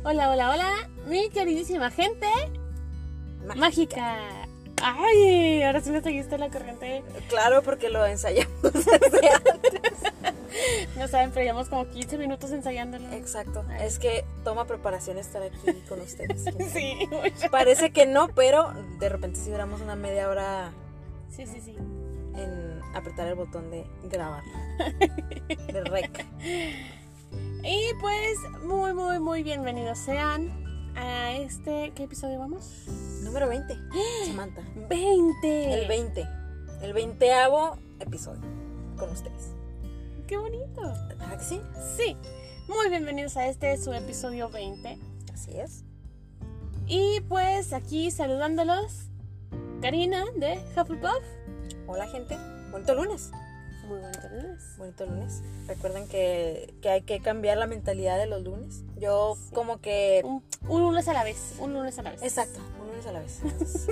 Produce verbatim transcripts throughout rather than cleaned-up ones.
Hola, hola, hola, mi queridísima gente Mágica. mágica. Ay, ahora sí me seguiste la corriente. Claro, porque lo ensayamos desde antes. No saben, pero llevamos como quince minutos ensayándolo. Exacto. Ay. Es que toma preparación estar aquí con ustedes. Sí, mucho. Parece que no, pero de repente sí duramos una media hora Sí, sí, sí. en apretar el botón de grabar. De rec. Y pues, muy, muy, muy bienvenidos sean a este... ¿Qué episodio vamos? Número veinte. Samantha. veinte. El veinte. El veinteavo episodio con ustedes. ¡Qué bonito! ¿Verdad que sí? Sí, muy bienvenidos a este, su episodio veinte. Así es. Y pues aquí saludándolos, Karina de Hufflepuff. Hola, gente. Bonito lunes. Muy bonito lunes. Bonito lunes. Recuerden que, que hay que cambiar la mentalidad de los lunes. Yo Sí. como que... Un, un lunes a la vez, un lunes a la vez. Exacto, un lunes a la vez.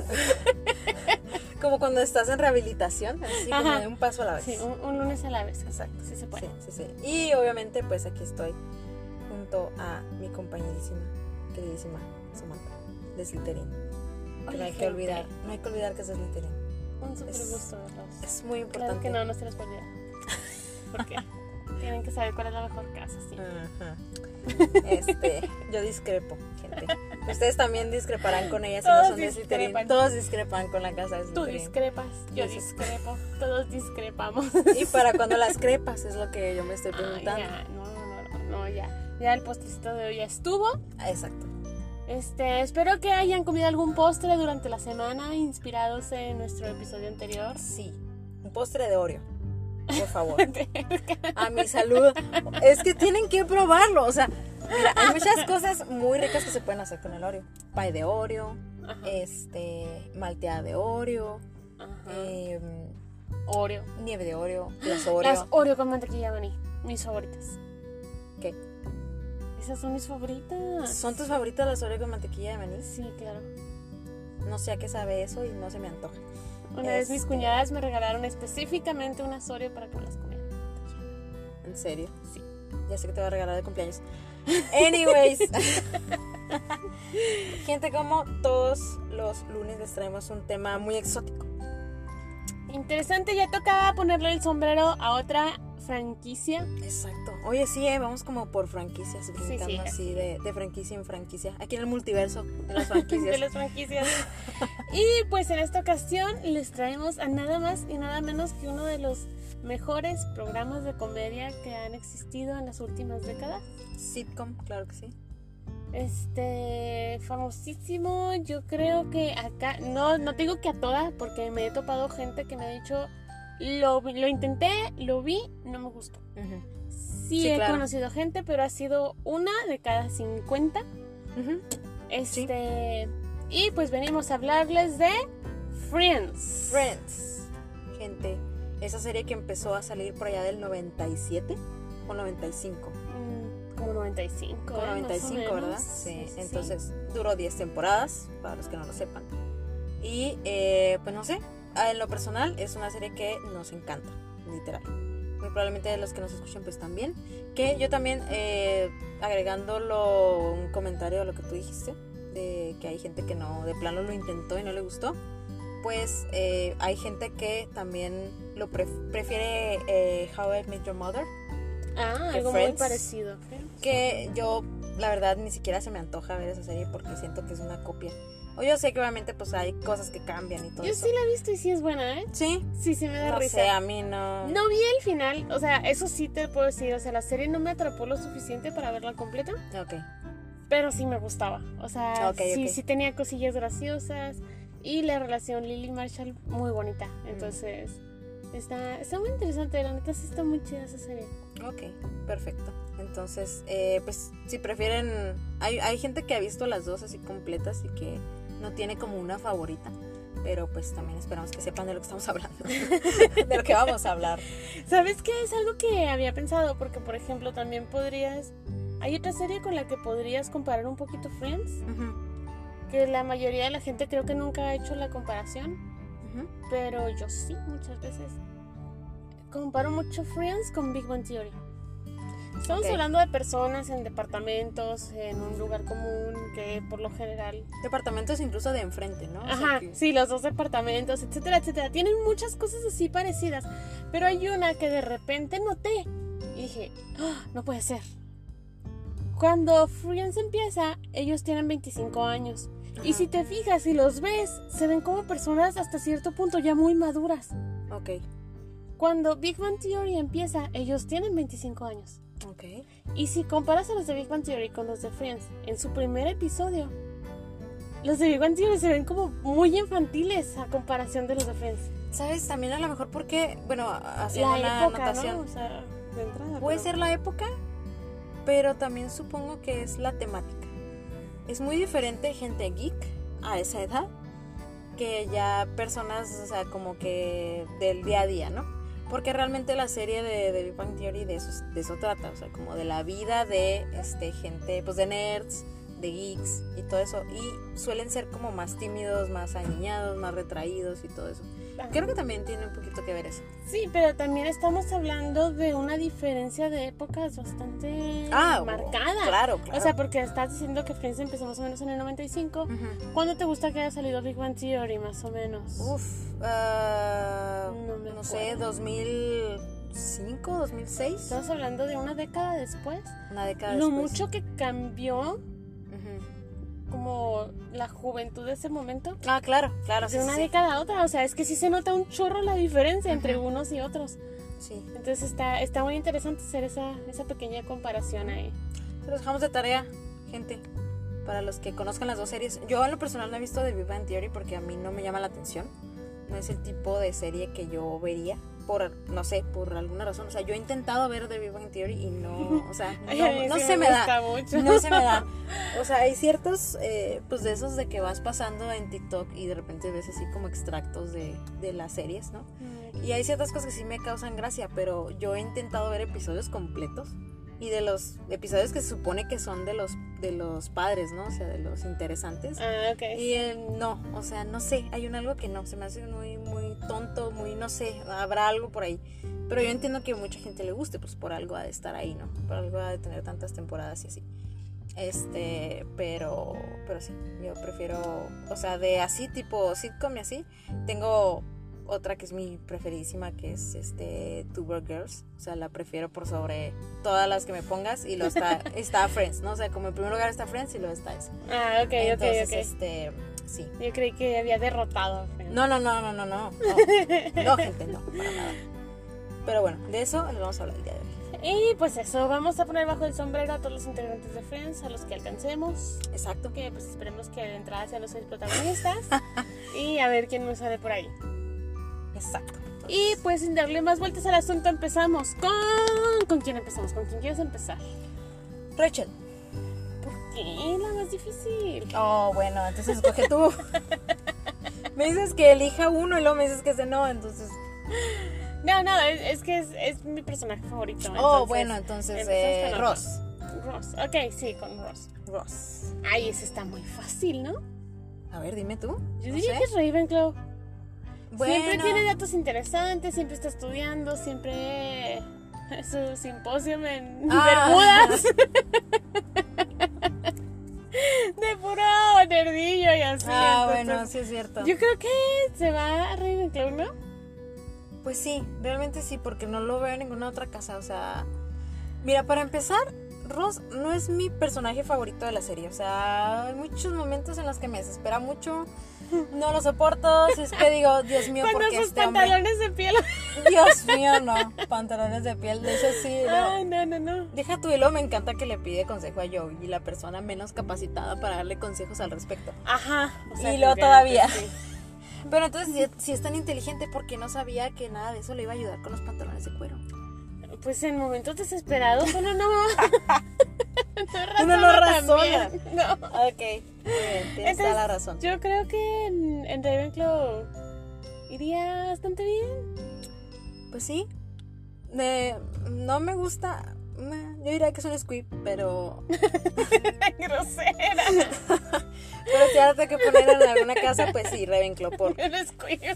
Como cuando estás en rehabilitación, así como Ajá. de un paso a la vez. Sí, un, un lunes a la vez. Exacto. Sí se puede. Sí, sí, sí. Y obviamente pues aquí estoy junto a mi compañerísima, queridísima Samantha, de Slytherin. Que Oye, no hay que gente, olvidar, no hay que olvidar que es de Slytherin. Un super Es- gusto verlos. Es muy Claro importante. que no, no se les puede olvidar. Porque tienen que saber cuál es la mejor casa, sí. Ajá. Este, yo discrepo, gente. Ustedes también discreparán con ella si Todos no son de Slytherin. discrepan. Todos discrepan con la casa de Tú Slytherin. discrepas, yo Yo sí. discrepo, todos discrepamos. Y para cuando las crepas es lo que yo me estoy Ay, preguntando. ya, no, no, no, no, ya. Ya el postrecito de hoy ya estuvo. Exacto. Este, espero que hayan comido algún postre durante la semana inspirados en nuestro episodio anterior. Sí, un postre de Oreo, por favor. A mi salud. Es que tienen que probarlo. O sea, mira, hay muchas cosas muy ricas que se pueden hacer con el Oreo. Pie de Oreo, Ajá. este, malteada de Oreo, Ajá. eh, Oreo. nieve de Oreo, las Oreo. Las Oreo con mantequilla de maní, mis favoritas. ¿Qué? Esas son mis favoritas. ¿Son tus favoritas las Oreo con mantequilla de maní? Sí, claro. No sé a qué sabe eso y no se me antoja. Una vez mis Este- cuñadas me regalaron específicamente unas Oreo para que me las comiera. ¿En serio? Sí. Ya sé que te voy a regalar de cumpleaños. Anyways. Gente, como todos los lunes les traemos un tema muy exótico. Interesante, ya tocaba ponerle el sombrero a otra franquicia. Exacto. Oye, sí, eh, vamos como por franquicias, Sí, brincando sí. así de, de franquicia en franquicia. Aquí en el multiverso de las De franquicias. las franquicias. Y pues en esta ocasión les traemos a nada más y nada menos que uno de los mejores programas de comedia que han existido en las últimas décadas. Sitcom, claro que sí. Este, famosísimo, yo creo que acá, no, no te digo que a todas, porque me he topado gente que me ha dicho, lo, lo intenté, lo vi, no me gustó. Ujú. Sí, Sí, he claro. conocido gente, pero ha sido una de cada cincuenta. Ujú. Este, y pues venimos a hablarles de Friends. Friends. Gente, esa serie que empezó a salir por allá del noventa y siete o noventa y cinco. Mm, como noventa y cinco. Como ¿eh? noventa y Más o cinco, menos. ¿verdad? Sí. Sí, sí. Entonces duró diez temporadas, para los que no lo sepan. Y eh, pues no sé, en lo personal es una serie que nos encanta, literal. Muy probablemente de los que nos escuchen pues también. Que yo también, eh, agregándolo un comentario a lo que tú dijiste, de que hay gente que no, de plano lo intentó y no le gustó. Pues eh, hay gente que también lo pref- prefiere eh, How I Met Your Mother. Ah, que algo muy Friends. parecido. Que yo, la verdad, ni siquiera se me antoja ver esa serie porque siento que es una copia. O yo sé que obviamente pues hay cosas que cambian y todo Yo eso. sí la he visto y sí es buena, ¿eh? Sí, Sí, sí me da no risa. sé, a mí no. No vi el final, o sea, eso sí te puedo decir, o sea, la serie no me atrapó lo suficiente para verla completa, Ok, pero sí me gustaba, o sea, Ok, sí, ok. sí tenía cosillas graciosas y la relación Lily Marshall muy bonita, Mm. entonces está, está muy interesante, la neta sí está muy chida esa serie. ok, perfecto. Entonces, eh, pues si prefieren, hay, hay gente que ha visto las dos así completas y que no tiene como una favorita. Pero pues también esperamos que sepan de lo que estamos hablando. De lo que vamos a hablar. ¿Sabes qué? Es algo que había pensado, porque por ejemplo también podrías, hay otra serie con la que podrías comparar un poquito Friends, Ujú, que la mayoría de la gente creo que nunca ha hecho la comparación. ujú. Pero yo sí, muchas veces. Comparo mucho Friends con Big Bang Theory. Estamos Ok. hablando de personas en departamentos, en un lugar común, que por lo general... Departamentos incluso de enfrente, ¿no? O sea Ajá, que- sí, los dos departamentos, etcétera, etcétera. Tienen muchas cosas así parecidas, pero hay una que de repente noté y dije, "Ah, no puede ser". Cuando Friends empieza, ellos tienen veinticinco años. Y Ajá. si te fijas y los ves, se ven como personas hasta cierto punto ya muy maduras. Ok, Cuando Big Bang Theory empieza, ellos tienen veinticinco años. ok. Y si comparas a los de Big Bang Theory con los de Friends, en su primer episodio, los de Big Bang Theory se ven como muy infantiles a comparación de los de Friends. ¿Sabes? También a lo mejor porque, bueno, haciendo La una época, anotación, ¿no? O sea, de entrada. puede pero- ser la época, pero también supongo que es la temática. Es muy diferente gente geek a esa edad que ya personas, o sea, como que del día a día, ¿no? Porque realmente la serie de, de Big Bang Theory de eso, de eso trata, o sea, como de la vida de este, gente, pues de nerds, de geeks y todo eso. Y suelen ser como más tímidos, más aniñados, más retraídos y todo eso. Creo que también tiene un poquito que ver eso. Sí, pero también estamos hablando de una diferencia de épocas bastante Ah, marcada. Claro, claro. O sea, porque estás diciendo que Friends empezó más o menos en el noventa y cinco. Ujú. ¿Cuándo te gusta que haya salido Big Bang Theory, más o menos? Uf, ah, No me no sé, acuerdo. dos mil cinco, dos mil seis, Estamos hablando de una década después. una década Lo después. mucho que cambió Ujú. como la juventud de ese momento. Ah, claro, claro, sí, De sí, una sí. década a otra. O sea, es que sí se nota un chorro la diferencia entre Ujú. unos y otros. Sí. Entonces está, está muy interesante hacer esa, esa pequeña comparación ahí. Se los dejamos de tarea, gente, para los que conozcan las dos series. Yo en lo personal no he visto The Big Bang Theory porque a mí no me llama la atención. No es el tipo de serie que yo vería por, no sé, por alguna razón. O sea, yo he intentado ver The Big Bang Theory y no, o sea, Ay, a mí no, no sí se me da. gusta mucho. No se me da. O sea, hay ciertos, eh, pues de esos de que vas pasando en TikTok y de repente ves así como extractos de, de las series, ¿no? Y hay ciertas cosas que sí me causan gracia, pero yo he intentado ver episodios completos y de los episodios que se supone que son de los, de los padres, ¿no? O sea, de los interesantes. Ah, ok. Y eh, no, o sea, no sé, hay un algo que no, se me hace muy, muy tonto, muy, no sé, habrá algo por ahí. Pero yo entiendo que a mucha gente le guste, pues por algo ha de estar ahí, ¿no? Por algo ha de tener tantas temporadas y así. Este, pero, pero sí, yo prefiero, o sea, de así, tipo sitcom y así, tengo otra que es mi preferidísima, que es este Two Broke Girls. O sea, la prefiero por sobre todas las que me pongas. Y luego está, está Friends, ¿no? O sea, como en primer lugar está Friends y luego está esa. Ah, ok, Entonces, ok, ok. este, sí. Yo creí que había derrotado a Friends. No, no, no, no, no, no. No, no, gente, no, para nada. Pero bueno, de eso les vamos a hablar el día de hoy. Y pues eso, vamos a poner bajo el sombrero a todos los integrantes de Friends, a los que alcancemos. Exacto. Que pues esperemos que de entrada sean los seis protagonistas. Y a ver quién nos sale por ahí. Exacto. Y pues sin darle más vueltas al asunto, empezamos con... ¿Con quién empezamos? ¿Con quién quieres empezar? Rachel. ¿Por qué? La más difícil. Oh, bueno, entonces escoge tú. Me dices que elija uno y luego me dices que ese no, entonces. No, no, es, es que es, es mi personaje favorito. Oh, entonces, bueno, entonces empezamos eh, con Ross. otro. Ross, ok, sí, con Ross. Ross. Ay, ese está muy fácil, ¿no? A ver, dime tú. Yo No diría sé. que es Ravenclaw. Bueno. Siempre tiene datos interesantes, siempre está estudiando, siempre su simposio en Ah. Bermudas. De puro nerdillo y así. Ah, entonces, bueno, sí es cierto. yo creo que se va a Ravenclaw, ¿no? Pues sí, realmente sí, porque no lo veo en ninguna otra casa. O sea, mira, para empezar, Ross no es mi personaje favorito de la serie. O sea, hay muchos momentos en los que me desespera mucho. No lo soporto. Si es que digo, Dios mío, Cuando porque sus este hombre. pantalones de piel. Dios mío, no. Pantalones de piel. De hecho, sí. no. Ay, no, no, no. Deja tú y luego me encanta que le pide consejo a Joey, la persona menos capacitada para darle consejos al respecto. Ajá. o sea, Y luego porque todavía. antes sí. Pero entonces, si, si es tan inteligente, ¿por qué no sabía que nada de eso le iba a ayudar con los pantalones de cuero? Pues en momentos desesperados uno no. no Uno no razona razona. también, No. Ok, muy bien, tienes toda la razón. Yo creo que en, en Ravenclaw iría bastante bien. Pues sí, eh, no me gusta, meh, yo diría que es un squib, pero, Grosera. pero si ahora tengo que poner en alguna casa, pues sí, Ravenclaw por, Un squid.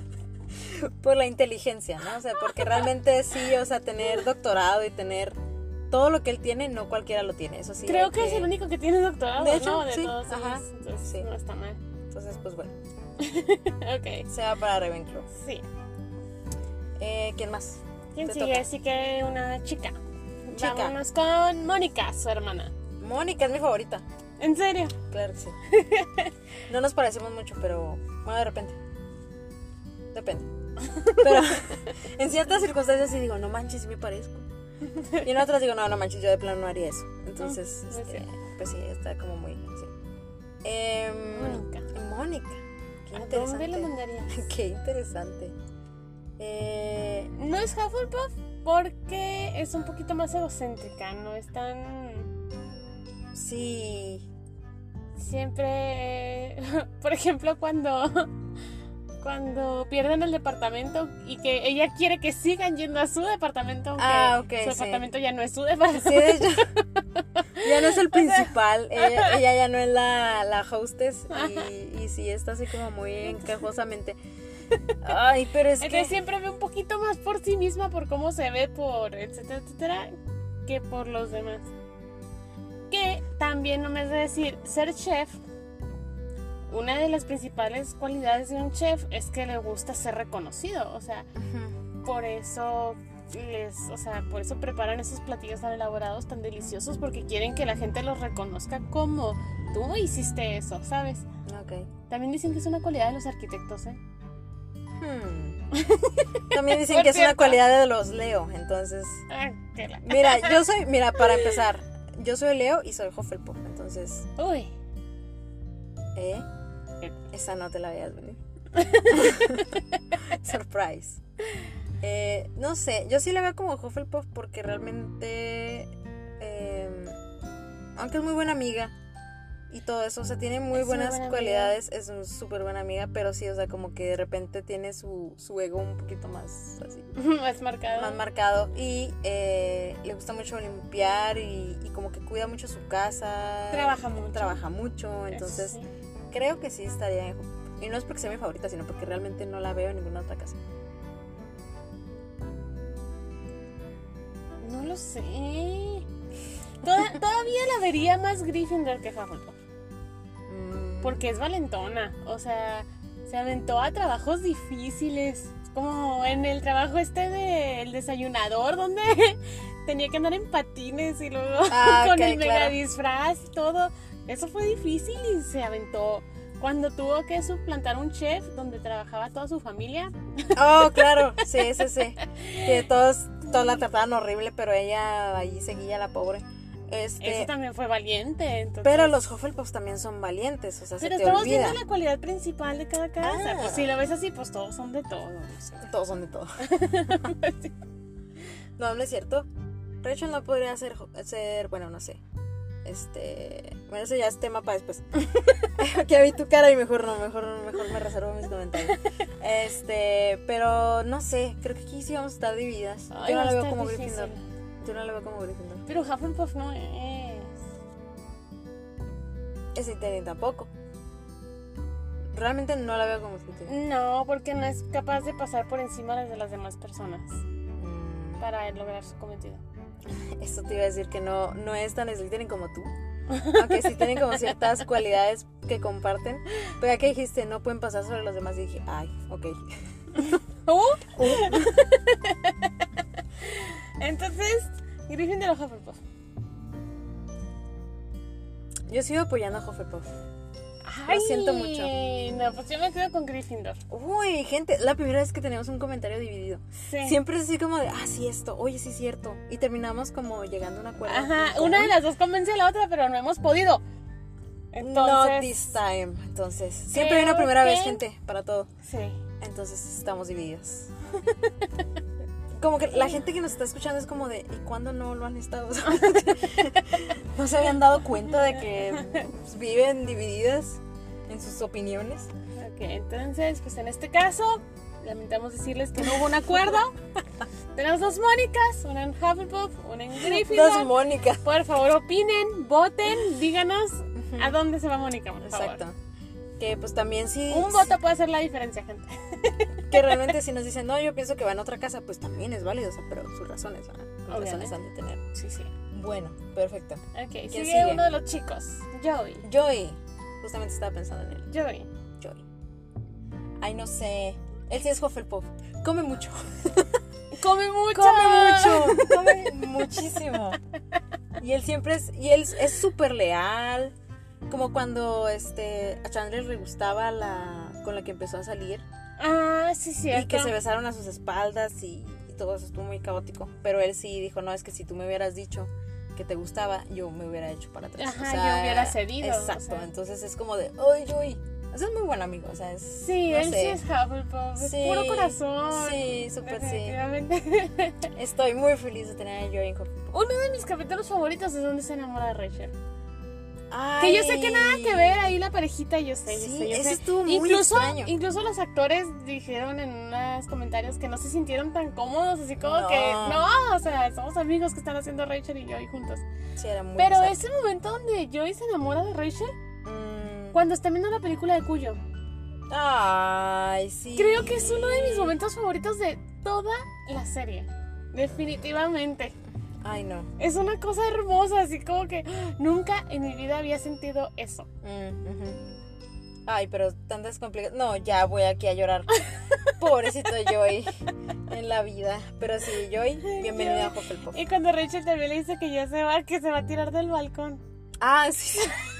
por la inteligencia, ¿no? O sea, porque realmente sí, o sea, tener doctorado y tener todo lo que él tiene, no cualquiera lo tiene. Eso sí. Creo que, que es el único que tiene doctorado, de hecho, ¿no? De sí, todos ajá, ellos. Entonces, sí. no está mal. Entonces, pues bueno. Ok. Se va para Ravenclaw. Sí. Eh, ¿Quién más? ¿Quién Te sigue? toca. Sí que una chica. Chica. Vámonos con Mónica, su hermana. Mónica es mi favorita. ¿En serio? Claro que sí. No nos parecemos mucho, pero bueno, de repente. Depende. Pero en ciertas circunstancias sí digo, no manches, sí me parezco. Y en otras digo, no, no manches, yo de plano no haría eso. Entonces, Mm, este, sí. pues sí, está como muy así. Eh, Mónica. Mónica. Qué ¿A interesante. dónde la mandarías? Qué interesante. Eh, No es Hufflepuff porque es un poquito más egocéntrica, no es tan... sí. Siempre, por ejemplo, cuando cuando pierden el departamento y que ella quiere que sigan yendo a su departamento, aunque Ah, ok, su sí. departamento ya no es su departamento. Sí, de hecho, ya no es el principal, ella, ella ya no es la, la hostess y, y sí está así como muy encajosamente. Ay, pero es Entonces que... siempre ve un poquito más por sí misma, por cómo se ve, por etcétera, etcétera, que por los demás. Que también no me es de decir, ser chef, una de las principales cualidades de un chef es que le gusta ser reconocido, o sea, Ujú. por eso les, o sea, por eso preparan esos platillos tan elaborados, tan deliciosos, porque quieren que la gente los reconozca como tú hiciste eso, ¿sabes? Ok. También dicen que es una cualidad de los arquitectos, ¿eh? Hmm. También dicen Por que es una cierto. cualidad de los Leo, entonces... Ah, que la- Mira, yo soy, mira, para empezar, yo soy Leo y soy Hufflepuff, entonces... Uy, ¿Eh? Esa no te la veas venir. Surprise. Eh, no sé, yo sí la veo como Hufflepuff porque realmente, eh, aunque es muy buena amiga y todo eso, o sea, tiene muy Es muy buenas buena cualidades, es una súper buena amiga, pero sí, o sea, como que de repente tiene su, su ego un poquito más así, más marcado. más marcado y eh, le gusta mucho limpiar y, y como que cuida mucho su casa. Trabaja mucho. Trabaja mucho, entonces... Eso sí. Creo que sí estaría en Hufflepuff. Y no es porque sea mi favorita, sino porque realmente no la veo en ninguna otra casa. No lo sé. Toda- todavía la vería más Gryffindor que Hufflepuff. Mm, Porque es valentona. O sea, se aventó a trabajos difíciles. Como en el trabajo este del desayunador, donde tenía que andar en patines y luego Ah, con ok, el mega claro. disfraz y todo. Eso fue difícil y se aventó. Cuando tuvo que suplantar un chef donde trabajaba toda su familia. Oh, claro, sí, sí, sí. Que todos, todos la trataban horrible, pero ella ahí seguía la pobre. Este, Eso también fue valiente. Entonces... pero los Hufflepuffs también son valientes, o sea, Pero se te estamos olvida. viendo la cualidad principal de cada casa. Ah. Pues si lo ves así, pues todos son de todo. o sea. Todos son de todo. No, no es cierto. Rachel no podría ser, ser, bueno, no sé. Este, bueno, eso ya es tema para después. Que vi tu cara y mejor no, mejor, mejor me reservo mis comentarios. Este, pero no sé, creo que aquí sí vamos a estar divididas. Ay, Yo no va la a veo estar como difícil. Gryffindor. Yo no la veo como Gryffindor. Pero Hufflepuff no es. Es Slytherin tampoco. Realmente no la veo como Slytherin. No, porque no es capaz de pasar por encima de las demás personas Mm, para lograr su cometido. Eso te iba a decir que no, no es tan Slytherin como tú. Aunque sí tienen como ciertas cualidades que comparten. Pero ya que dijiste no pueden pasar sobre los demás, dije, ay, ok. ¿Uh? Entonces, Gryffindor o Hufflepuff. Yo sigo apoyando a Hufflepuff. Ay, siento mucho. No, pues yo me quedo con Gryffindor. Uy, gente, la primera vez que tenemos un comentario dividido. Sí. Siempre es así como de, ah, sí, esto, oye, sí, es cierto. Y terminamos como llegando a un acuerdo. Ajá, en una de común. las dos convence a la otra, pero no hemos podido. Entonces, Not this time. Entonces, siempre hay una creo primera vez, que- gente, para todo. Sí. Entonces, estamos divididos. Como que la gente que nos está escuchando es como de, ¿y cuándo no lo han estado? No se habían dado cuenta de que pues, viven divididas en sus opiniones. Ok, entonces, pues en este caso, lamentamos decirles que no hubo un acuerdo. Tenemos dos Mónicas, una en Hufflepuff, una en Dos Gryffindor. Mónica. Por favor, opinen, voten, díganos a dónde se va Mónica, por favor. Exacto. Que pues también sí. Un voto puede hacer la diferencia, gente. Que realmente si nos dicen, no, yo pienso que va en otra casa, pues también es válido, o sea, pero sus razones, ¿verdad? Sus Obviamente. razones han de tener. Sí, sí. Bueno, perfecto. Ok, ¿Quién sigue, sigue? uno de los chicos. Joey. Joey. Justamente estaba pensando en él. Joey. Joey. Ay, no sé. Él sí es Hufflepuff. Come mucho. Come mucho. Come mucho. Come muchísimo. Y él siempre es... Y él es súper leal. Como cuando este a Chandler le gustaba la... con la que empezó a salir. Ah, sí, cierto. Y que se besaron a sus espaldas y, y todo eso estuvo muy caótico. Pero él sí dijo, no, es que si tú me hubieras dicho que te gustaba, yo me hubiera hecho para atrás. Ajá, o sea, yo hubiera cedido. Exacto, O sea. Entonces es como de, ¡ay, Joey! O sea, es muy buen amigo, o sea, es... Sí, no él sé. sí es Hufflepuff. Es Sí, puro corazón. sí, súper sí. Definitivamente. Estoy muy feliz de tener a Joey en Hufflepuff. Uno de mis capítulos favoritos es donde se enamora de Rachel. Ay. Que yo sé que nada que ver ahí la parejita, yo sé, Sí, yo sé, yo ese sé. estuvo muy incluso, extraño. incluso los actores dijeron en unos comentarios que no se sintieron tan cómodos, así como No. que no, o sea, somos amigos que están haciendo Rachel y Joey juntos. Sí, era muy Pero bizarro. ese momento donde Joey se enamora de Rachel, Mm. cuando está viendo la película de Cuyo, Ay, sí. creo que es uno de mis momentos favoritos de toda la serie. Definitivamente. Ay, no. Es una cosa hermosa, así como que nunca en mi vida había sentido eso. Mm, ujú. Ay, pero tantas complicaciones. No, ya voy aquí a llorar. Pobrecito Joey en la vida. Pero sí, Joey, bienvenido a Hufflepuff. Y cuando Rachel también le dice que ya se va, que se va a tirar del balcón. Ah, sí.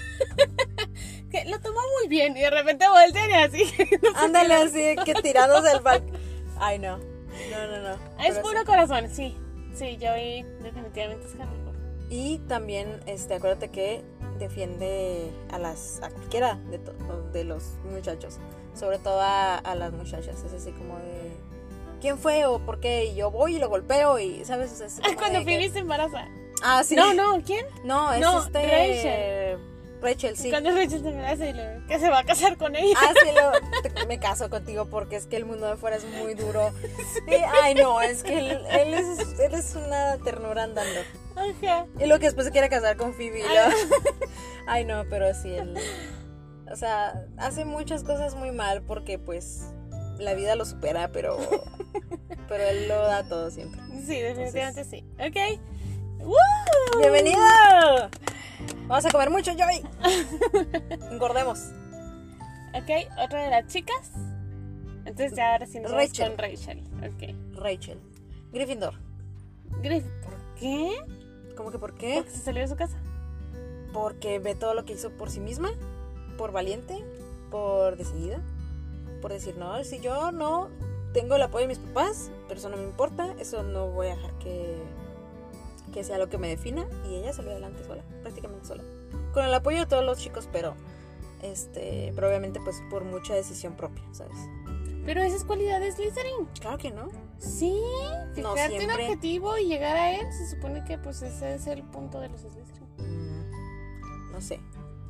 Que lo tomó muy bien y de repente voltean y así. Ándale así, que tirándose del balcón. Ay, no. No, no, no. Es Pero puro sí. corazón, sí. Sí, Joey definitivamente es Hufflepuff. Y también, este, acuérdate que defiende a las, a cualquiera de, to- de los muchachos. Sobre todo a, a las muchachas. Es así como de, ¿quién fue o por qué? Y yo voy y lo golpeo y, ¿sabes? O sea, es Ah, como cuando de que- Phoebe se embaraza. Ah, sí. No, no, ¿quién? No, es No, este... Rachel. Rachel, sí. Cuando Rachel se embaraza y le- que se va a casar con ella. Ah, sí, lo, te- me caso contigo porque es que el mundo de fuera es muy duro. Sí, ay, no, es que él, él es, él es una ternura andando. Ajá. Y lo que después se quiere casar con Phoebe. y lo- Ay, no, pero sí, él... O sea, hace muchas cosas muy mal porque, pues, la vida lo supera, pero... Pero él lo da todo siempre. Sí, definitivamente Entonces- sí. Ok. ¡Woo! ¡Bienvenido! Vamos a comer mucho, Joey. Engordemos. Ok, otra de las chicas. Entonces ya ahora sí nos vamos Rachel. con Rachel. Ok. Rachel. Gryffindor. Griff, ¿por qué? ¿Cómo que por qué? Porque se salió de su casa. Porque ve todo lo que hizo por sí misma, por valiente, por decidida, por decir, no, si yo no tengo el apoyo de mis papás, pero eso no me importa, eso no voy a dejar que, que sea lo que me defina. Y ella salió adelante sola, prácticamente sola. Con el apoyo de todos los chicos, pero, este, pero obviamente pues por mucha decisión propia, ¿sabes? Pero esas cualidades Slytherin. Claro que no. Sí, No fijarte un siempre. objetivo y llegar a él, se supone que pues ese es el punto de los Slytherin. Mm, No sé.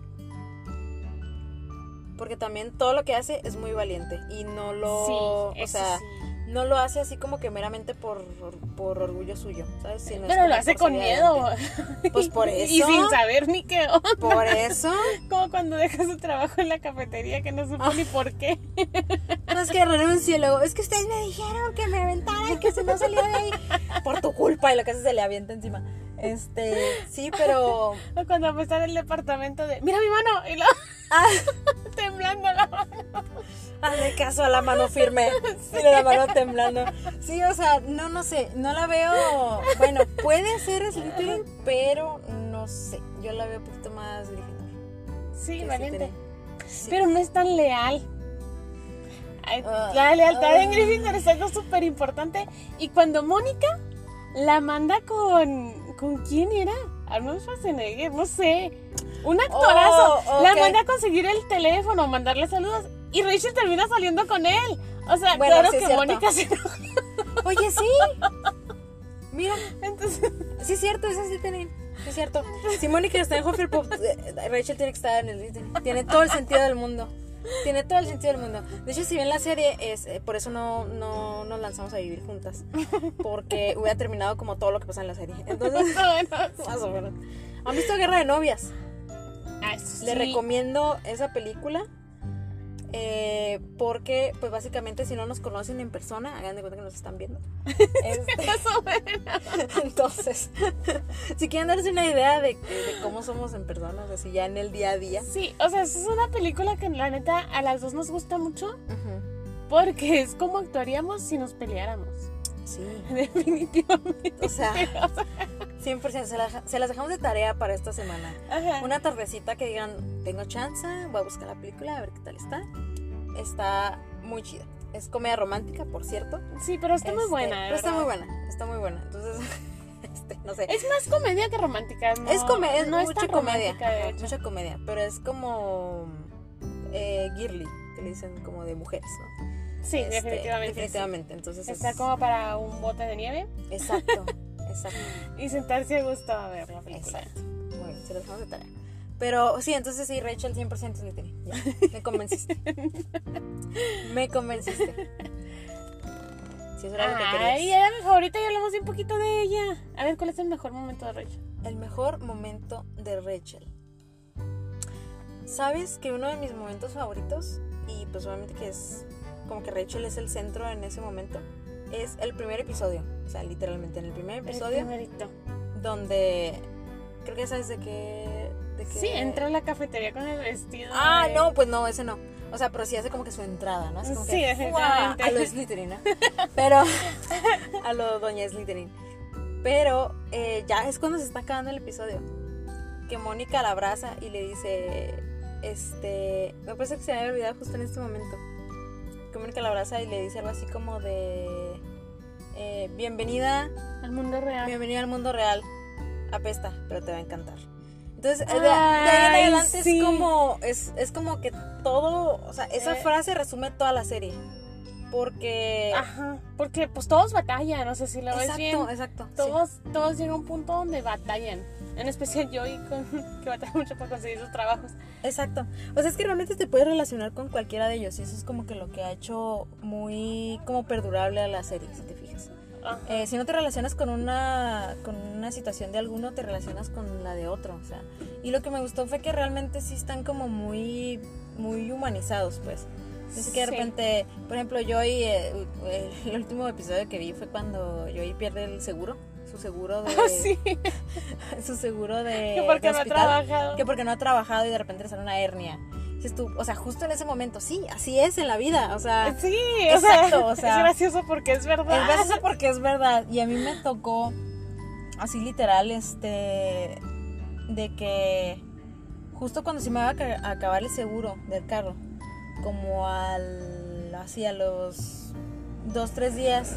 Porque también todo lo que hace es muy valiente y no lo, sí, o eso sea, sí. no lo hace así como que meramente por, por orgullo suyo, ¿sabes? Sino es Pero como lo hace por con salir miedo. adelante. Pues por eso. Y sin saber ni qué onda. Por eso. Como cuando deja su trabajo en la cafetería que no supo Ah. ni por qué. No es que renuncie luego. Es que ustedes me dijeron que me aventara y que se no salió de ahí por tu culpa y lo que hace se le avienta encima. Este, sí, pero O cuando pues, está en el departamento de, mira mi mano. Y lo ah, temblando la mano. hazle caso a la mano firme. Mira la mano temblando. Sí, o sea, no, no sé, no la veo. Bueno, puede ser Slytherin, pero no sé. Yo la veo un poquito más Gryffindor. Sí, que valiente. Slytherin. Sí. Pero no es tan leal. Ay, Ah, la lealtad ah. en Gryffindor es algo súper importante. Y cuando Mónica la manda con... ¿Con quién era? Arnold Schwarzenegger, no sé. Un actorazo. Oh, La ok. manda a conseguir el teléfono, mandarle saludos. Y Rachel termina saliendo con él. O sea, Bueno, claro sí es que cierto. Mónica se enoja. Oye, sí. Mira, Entonces, sí es cierto, es Slytherin. Sí es cierto. Si Mónica está en Hufflepuff, eh, Rachel tiene que estar en el Slytherin. Tiene todo el sentido del mundo. Tiene todo el sentido del mundo. De hecho, si ven la serie, es eh, por eso no, no nos lanzamos a vivir juntas. Porque hubiera terminado como todo lo que pasa en la serie. Entonces, bueno, más o menos. ¿Han visto Guerra de Novias? ah, eso Les sí. recomiendo esa película. Eh, porque, pues básicamente, si no nos conocen en persona, hagan de cuenta que nos están viendo. Este, Más o menos. entonces, si quieren darse una idea de, de cómo somos en persona, o sea, si ya en el día a día. Sí, o sea, es una película que la neta a las dos nos gusta mucho Uh-huh. porque es como actuaríamos si nos peleáramos. Sí. Definitivamente. O sea, cien por ciento se, la, se las dejamos de tarea para esta semana. Ajá. Una tardecita que digan, tengo chance, voy a buscar la película, a ver qué tal está. Está muy chida. Es comedia romántica, por cierto. Sí, pero está muy Este, buena. Pero está ¿verdad? muy buena, está muy buena. Entonces, este, no sé. Es más comedia que romántica. No, es comedia, es no mucha tan comedia. romántica, de Ajá, hecho. mucha comedia. Pero es como eh, girly, que le dicen como de mujeres, ¿no? Sí, Este, definitivamente. Definitivamente. Entonces sí. es- Está como para un bote de nieve Exacto, exacto. y sentarse a gusto a ver la película. Exacto. Muy bien, se los dejamos de tarea. Pero sí, entonces sí, Rachel cien por ciento Slytherin. Ya, me convenciste. me convenciste. Sí, eso era lo que Ay, querías. era mi favorita y hablamos un poquito de ella. A ver, ¿cuál es el mejor momento de Rachel? El mejor momento de Rachel. ¿Sabes que uno de mis momentos favoritos, y pues obviamente que es como que Rachel es el centro en ese momento, es el primer episodio? O sea, literalmente en el primer episodio, El primerito. donde creo que sabes de qué... De qué... Sí, entra a la cafetería con el vestido. Ah, de- no, pues no, ese no. O sea, pero sí hace como que su entrada, ¿no? Así como Sí, que, definitivamente. ¡fua! A lo Slytherin, ¿no? Pero, a lo doña Slytherin. Pero eh, ya es cuando se está acabando el episodio. Que Mónica la abraza y le dice, este... Me parece que se me había olvidado justo en este momento. Que Mónica la abraza y le dice algo así como de... eh, bienvenida, Al mundo real. bienvenida al mundo real. Apesta, pero te va a encantar. Entonces, de, de ahí en Ay, adelante sí. es como es, es como que todo, o sea, esa Eh. frase resume toda la serie. Porque Ajá, porque pues todos batallan, no sé si lo ves exacto, bien. exacto. sí. Todos, todos llegan a un punto donde batallan. En especial yo, y con, que batalla mucho para conseguir sus trabajos. Exacto. O sea, es que realmente te puedes relacionar con cualquiera de ellos y eso es como que lo que ha hecho muy como perdurable a la serie, si te fijas. Ajá. Eh, si no te relacionas con una con una situación de alguno, te relacionas con la de otro, o sea. Y lo que me gustó fue que realmente sí están como muy muy humanizados, pues. Así que de Sí. repente, por ejemplo, Joey, eh, el último episodio que vi fue cuando Joey pierde el seguro, su seguro de Ah, sí, su seguro de, que porque de no ha hospital, trabajado. que porque no ha trabajado y de repente le sale una hernia. Dices tú, o sea, justo en ese momento, sí, así es en la vida, o sea, Sí, exacto, o sea, o sea, es gracioso porque es verdad. es gracioso porque es verdad. Y a mí me tocó así literal, este, de que justo cuando se me iba a ca- a acabar el seguro del carro, como al, así a los dos, tres días,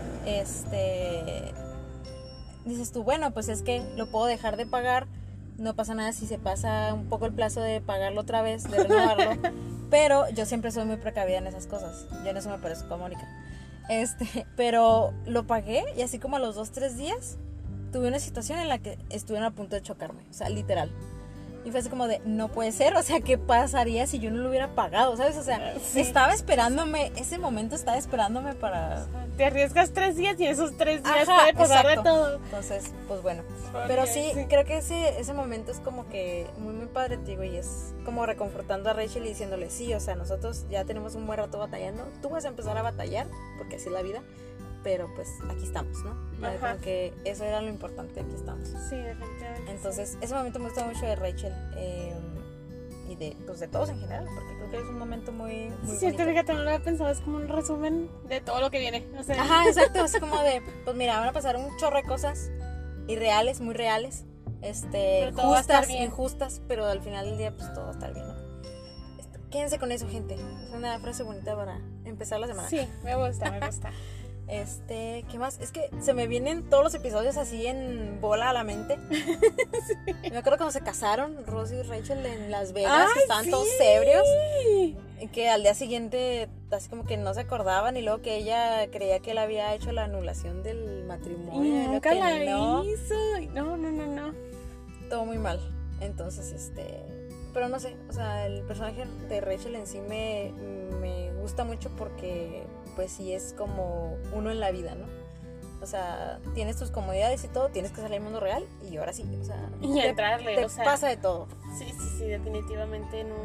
este, dices tú, bueno, pues es que lo puedo dejar de pagar, no pasa nada si se pasa un poco el plazo de pagarlo otra vez, de renovarlo, pero yo siempre soy muy precavida en esas cosas, yo en eso me parezco a Mónica. Este, pero lo pagué y así como a los dos, tres días tuve una situación en la que estuvieron a punto de chocarme, o sea, literal. Y fue así como de, no puede ser, o sea, ¿qué pasaría si yo no lo hubiera pagado? ¿Sabes? O sea, Sí. estaba esperándome, ese momento estaba esperándome para... Te arriesgas tres días y esos tres días Ajá, puede pasar de exacto. todo. Entonces, pues bueno. Porque Pero sí, creo que ese, ese momento es como que muy, muy padre, te digo, y es como reconfortando a Rachel y diciéndole, sí, o sea, nosotros ya tenemos un buen rato batallando, tú vas a empezar a batallar, porque así es la vida, pero pues aquí estamos, ¿no? Ya Ajá. como que eso era lo importante, aquí estamos. Sí, definitivamente. Entonces, ese momento me gustó mucho de Rachel eh, y de, pues, de todos en general, porque creo que es un momento muy, muy Sí, bonito. te fíjate, no lo había pensado, es como un resumen de todo lo que viene. O sea, Ajá, exacto, así como de, pues mira, van a pasar un chorro de cosas irreales, muy reales, este, Pero todo va a estar justas, bien. injustas, pero al final del día, pues todo va a estar bien, ¿no? Este, quédense con eso, gente. Es una frase bonita para empezar la semana. sí, me gusta, me gusta. Este, ¿qué más? Es que se me vienen todos los episodios así en bola a la mente. Me acuerdo cuando se casaron, Ross y Rachel en Las Vegas, que ¡Ay, estaban sí! todos ebrios. Que al día siguiente así como que no se acordaban y luego que ella creía que él había hecho la anulación del Y matrimonio y luego nunca que la no, hizo. No, no, no, no. todo muy mal. Entonces, este, pero no sé, o sea, el personaje de Rachel en sí me, me gusta mucho porque pues sí es como uno en la vida, ¿no? O sea, tienes tus comodidades y todo, tienes que salir al mundo real y ahora sí, o sea, Y te, entrarle, te o sea. pasa de todo. Sí, sí, sí, definitivamente no.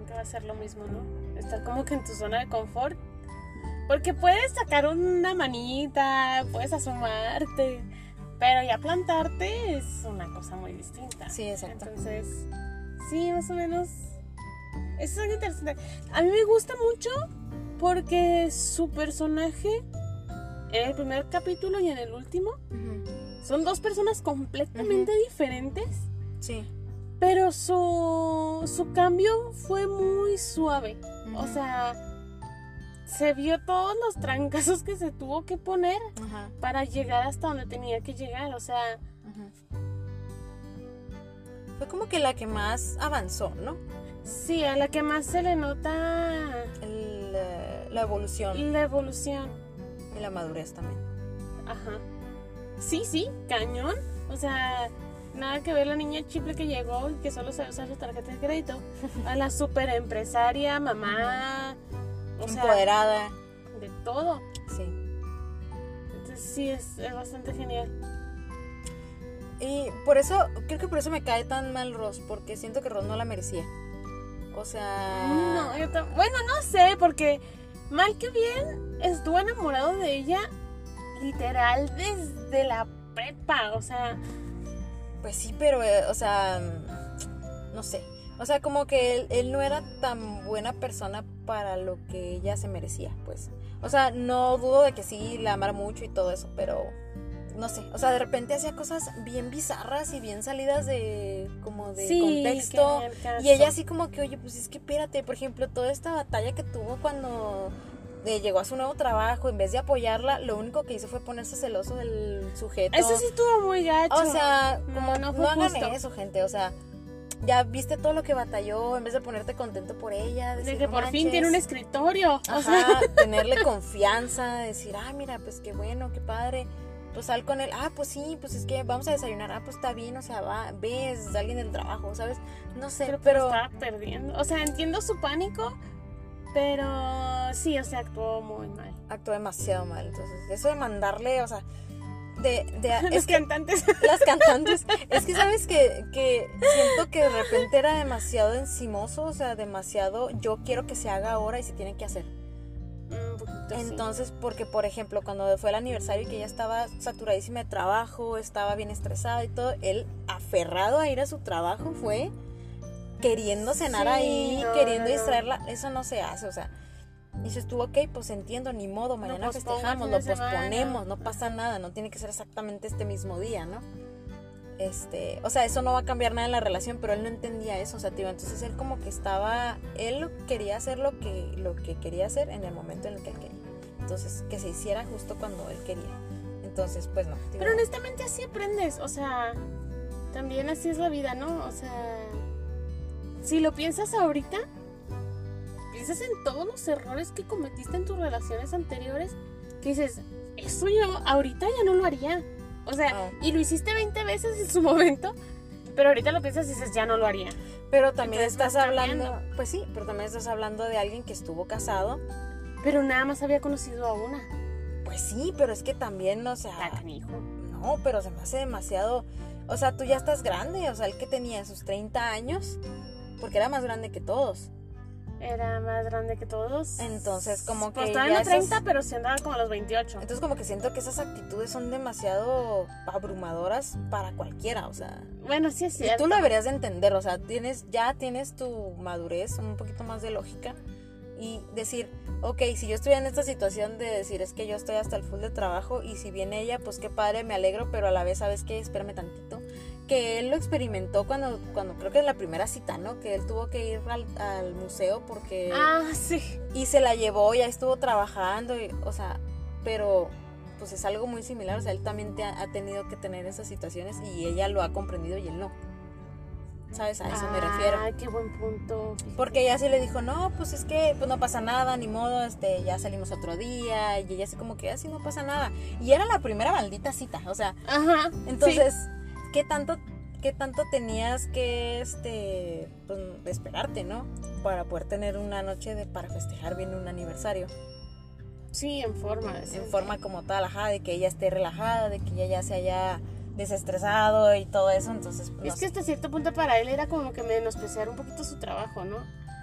nunca va a ser lo mismo, ¿no? Estar como que en tu zona de confort. Porque puedes sacar una manita, puedes asomarte, pero ya plantarte es una cosa muy distinta. Sí, exacto. Entonces, sí, más o menos, eso es algo interesante. A mí me gusta mucho porque su personaje, en el primer capítulo y en el último, Uh-huh. son dos personas completamente Uh-huh. diferentes. Sí. Pero su, su cambio fue muy suave. Uh-huh. O sea, se vio todos los trancazos que se tuvo que poner Ajá. para llegar hasta donde tenía que llegar. O sea, Ujú. Fue como que la que más avanzó, ¿no? sí, a la que más se le nota El, eh, la evolución la evolución. y la madurez también. Ajá. Sí, sí, cañón. O sea, nada que ver la niña chiple que llegó y que solo sabe usar su tarjeta de crédito. A la super empresaria, mamá. O sea, Empoderada. de todo. Sí. Entonces sí, es, es bastante genial. Y por eso, creo que por eso me cae tan mal Ross, porque siento que Ross no la merecía. O sea... No, yo tam- bueno, no sé, porque mal que bien estuvo enamorado de ella literal desde la prepa, o sea, Pues sí, pero, eh, o sea, no sé. O sea, como que él, él no era tan buena persona para lo que ella se merecía, pues. O sea, no dudo de que sí la amara mucho y todo eso, pero no sé. O sea, de repente hacía cosas bien bizarras y bien salidas de, como de sí, contexto. que ni al caso. Y ella así como que, oye, pues es que espérate, por ejemplo, toda esta batalla que tuvo cuando eh, llegó a su nuevo trabajo, en vez de apoyarla, lo único que hizo fue ponerse celoso del sujeto. Eso sí estuvo muy gacho. O sea, No, como no no, fue hagan justo. eso, gente, o sea, ya viste todo lo que batalló, en vez de ponerte contento por ella, De decir, que "No por fin manches". tiene un escritorio. O Ajá, sea, tenerle confianza, decir, ah, mira, pues qué bueno, qué padre. Pues sal con él, ah, pues sí, pues es que vamos a desayunar, ah, pues está bien, o sea, va, ves a alguien del trabajo, ¿sabes? No sé, pero, pero... pero estaba perdiendo. O sea, entiendo su pánico, pero sí, o sea, actuó muy mal. actuó demasiado mal, entonces, eso de mandarle, o sea, de... de Los es que cantantes. las cantantes, es que sabes que, que siento que de repente era demasiado encimoso, o sea, demasiado, yo quiero que se haga ahora y se tiene que hacer. Un poquito, sí. Entonces, porque por ejemplo, cuando fue el aniversario y que ella estaba saturadísima de trabajo, estaba bien estresada y todo, él aferrado a ir a su trabajo fue queriendo cenar Sí, ahí, no, queriendo no, no. distraerla, eso no se hace, o sea, dices tú, ok, pues entiendo, ni modo, mañana pospongo el festejamos, fin lo de semana. posponemos, no pasa nada, no tiene que ser exactamente este mismo día, ¿no? Este, o sea, eso no va a cambiar nada en la relación, pero él no entendía eso, o sea, tío, entonces él como que estaba, él quería hacer lo que, lo que quería hacer en el momento en el que él quería, entonces que se hiciera justo cuando él quería, entonces pues no. Tío, Pero honestamente así aprendes, o sea, también así es la vida, ¿no? O sea, si lo piensas ahorita, piensas en todos los errores que cometiste en tus relaciones anteriores, que dices, eso yo ahorita ya no lo haría. O sea, Ah. y lo hiciste veinte veces en su momento, pero ahorita lo piensas y dices, ya no lo haría. pero también entonces estás vas hablando, cambiando. pues sí, pero también estás hablando de alguien que estuvo casado, Pero nada más había conocido a una. pues sí, pero es que también, o sea, La canijo. no, pero se me hace demasiado, o sea, tú ya estás grande, o sea, el que tenía sus treinta años, porque era más grande que todos. Era más grande que todos. Entonces, como que Pues estaba en ya los treinta, esas- pero se andaba como a los veintiocho. Entonces como que siento que esas actitudes son demasiado abrumadoras para cualquiera, o sea, Bueno, sí es y cierto. tú lo deberías de entender, o sea, tienes, ya tienes tu madurez, un poquito más de lógica y decir, ok, si yo estoy en esta situación de decir es que yo estoy hasta el full de trabajo y si viene ella, pues qué padre, me alegro, pero a la vez, ¿sabes qué? Espérame tantito. Que él lo experimentó cuando, cuando creo que es la primera cita, ¿no? Que él tuvo que ir al, al museo porque... Ah, sí. Y se la llevó, ya estuvo trabajando, y, o sea, pero pues es algo muy similar, o sea, él también te ha, ha tenido que tener esas situaciones y ella lo ha comprendido y él no. ¿Sabes? A eso me refiero. Ah, qué buen punto. Porque ella sí le dijo, no, pues es que pues no pasa nada, ni modo, este, ya salimos otro día, y ella así como que así no pasa nada. Y era la primera maldita cita, o sea, Ajá. entonces, ¿qué tanto, qué tanto tenías que este pues, esperarte, ¿no? Para poder tener una noche de, para festejar bien un aniversario. Sí, en forma. sí. En forma como tal, ajá, de que ella esté relajada, de que ella ya se haya desestresado y todo eso, entonces pues, Es no que sé. hasta cierto punto para él era como que menospreciar un poquito su trabajo, ¿no?